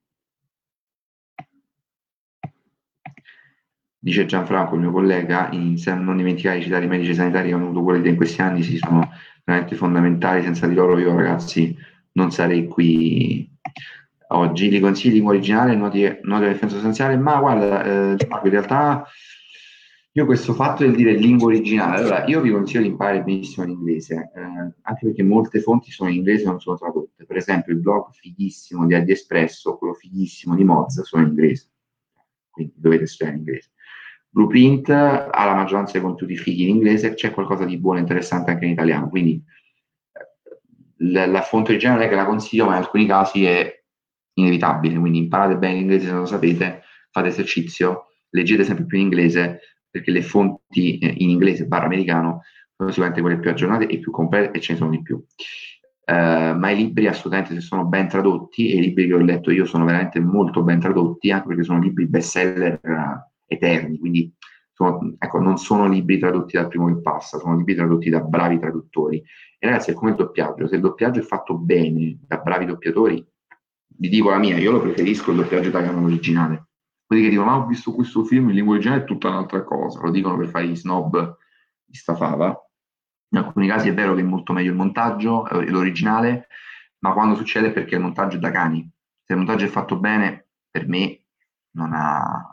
Dice Gianfranco, il mio collega, in, non dimenticare di citare i medici sanitari che hanno avuto cura di te in questi anni, si sono veramente fondamentali, senza di loro io ragazzi non sarei qui oggi. Li consigli lingua originale, noti, noti la differenza sostanziale, ma guarda, eh, in realtà io questo fatto del dire lingua originale, allora io vi consiglio di imparare benissimo l'inglese, eh, anche perché molte fonti sono in inglese e non sono tradotte. Per esempio il blog fighissimo di Adi Espresso, quello fighissimo di Moz, sono in inglese, quindi dovete studiare in inglese. Blueprint ha la maggioranza dei contenuti fighi in inglese, c'è qualcosa di buono e interessante anche in italiano, quindi eh, la, la fonte originale non è che la consiglio, ma in alcuni casi è inevitabile, quindi imparate bene l'inglese se non lo sapete, fate esercizio, leggete sempre più in inglese, perché le fonti eh, in inglese barra americano sono sicuramente quelle più aggiornate e più complete e ce ne sono di più. Uh, ma i libri assolutamente se sono ben tradotti, e i libri che ho letto io sono veramente molto ben tradotti, anche perché sono libri bestseller uh, eterni, quindi sono, ecco, non sono libri tradotti dal primo che passa, sono libri tradotti da bravi traduttori. E ragazzi, è come il doppiaggio, se il doppiaggio è fatto bene da bravi doppiatori, vi dico la mia, io lo preferisco il doppiaggio italiano originale. Quelli che dicono, ma ho visto questo film in lingua originale è tutta un'altra cosa, lo dicono per fare gli snob di sta fava. In alcuni casi è vero che è molto meglio il montaggio, eh, l'originale, ma quando succede è perché il montaggio è da cani. Se il montaggio è fatto bene, per me non ha...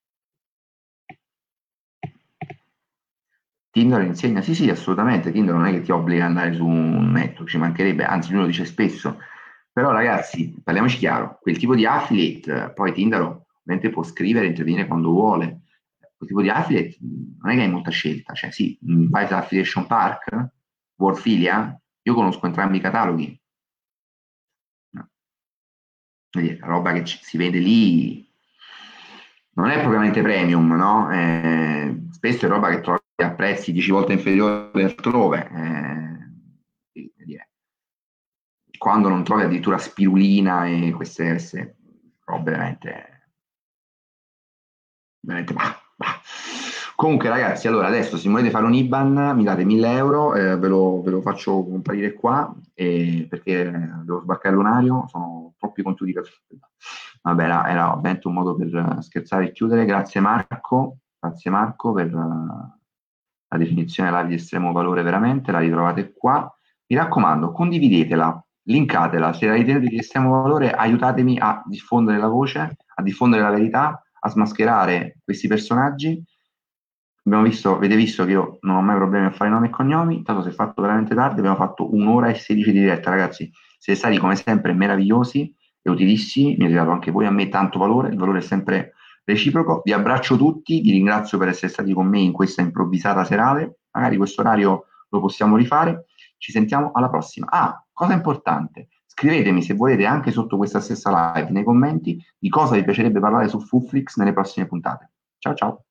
Tinder insegna? Sì, sì, assolutamente. Tinder non è che ti obbliga ad andare su un network, ci mancherebbe, anzi lui lo dice spesso. Però ragazzi, parliamoci chiaro, quel tipo di affiliate, eh, poi Tinder ovviamente può scrivere e intervenire quando vuole. Quel tipo di affiliate mh, non è che hai molta scelta, cioè sì, mh, vai su Affiliation Park, Wordfilia, io conosco entrambi i cataloghi. No. Quindi la roba che ci- si vede lì non è propriamente premium, no? Eh, spesso è roba che trovi a prezzi dieci volte inferiori altrove. Eh, sì, come dire, quando non trovi addirittura spirulina e queste, queste robe veramente, veramente bah, bah. Comunque ragazzi, allora adesso se volete fare un I B A N mi date mille euro, eh, ve lo, ve lo faccio comparire qua eh, perché devo sbarcare il lunario, sono troppi contenuti che... Vabbè, era, era ovviamente un modo per scherzare e chiudere. Grazie Marco, grazie Marco per uh, la definizione live di estremo valore veramente, la ritrovate qua. Mi raccomando, condividetela, linkatela, se la ritenete di estremo valore aiutatemi a diffondere la voce, a diffondere la verità, a smascherare questi personaggi. Abbiamo visto, avete visto che io non ho mai problemi a fare nomi e cognomi, tanto si è fatto veramente tardi, abbiamo fatto un'ora e sedici di diretta, ragazzi, siete stati come sempre meravigliosi e utilissimi, mi avete dato anche voi a me tanto valore, il valore è sempre reciproco, vi abbraccio tutti, vi ringrazio per essere stati con me in questa improvvisata serale, magari questo orario lo possiamo rifare, ci sentiamo alla prossima. Ah, cosa importante, scrivetemi se volete anche sotto questa stessa live nei commenti di cosa vi piacerebbe parlare su Fuflix nelle prossime puntate. Ciao ciao!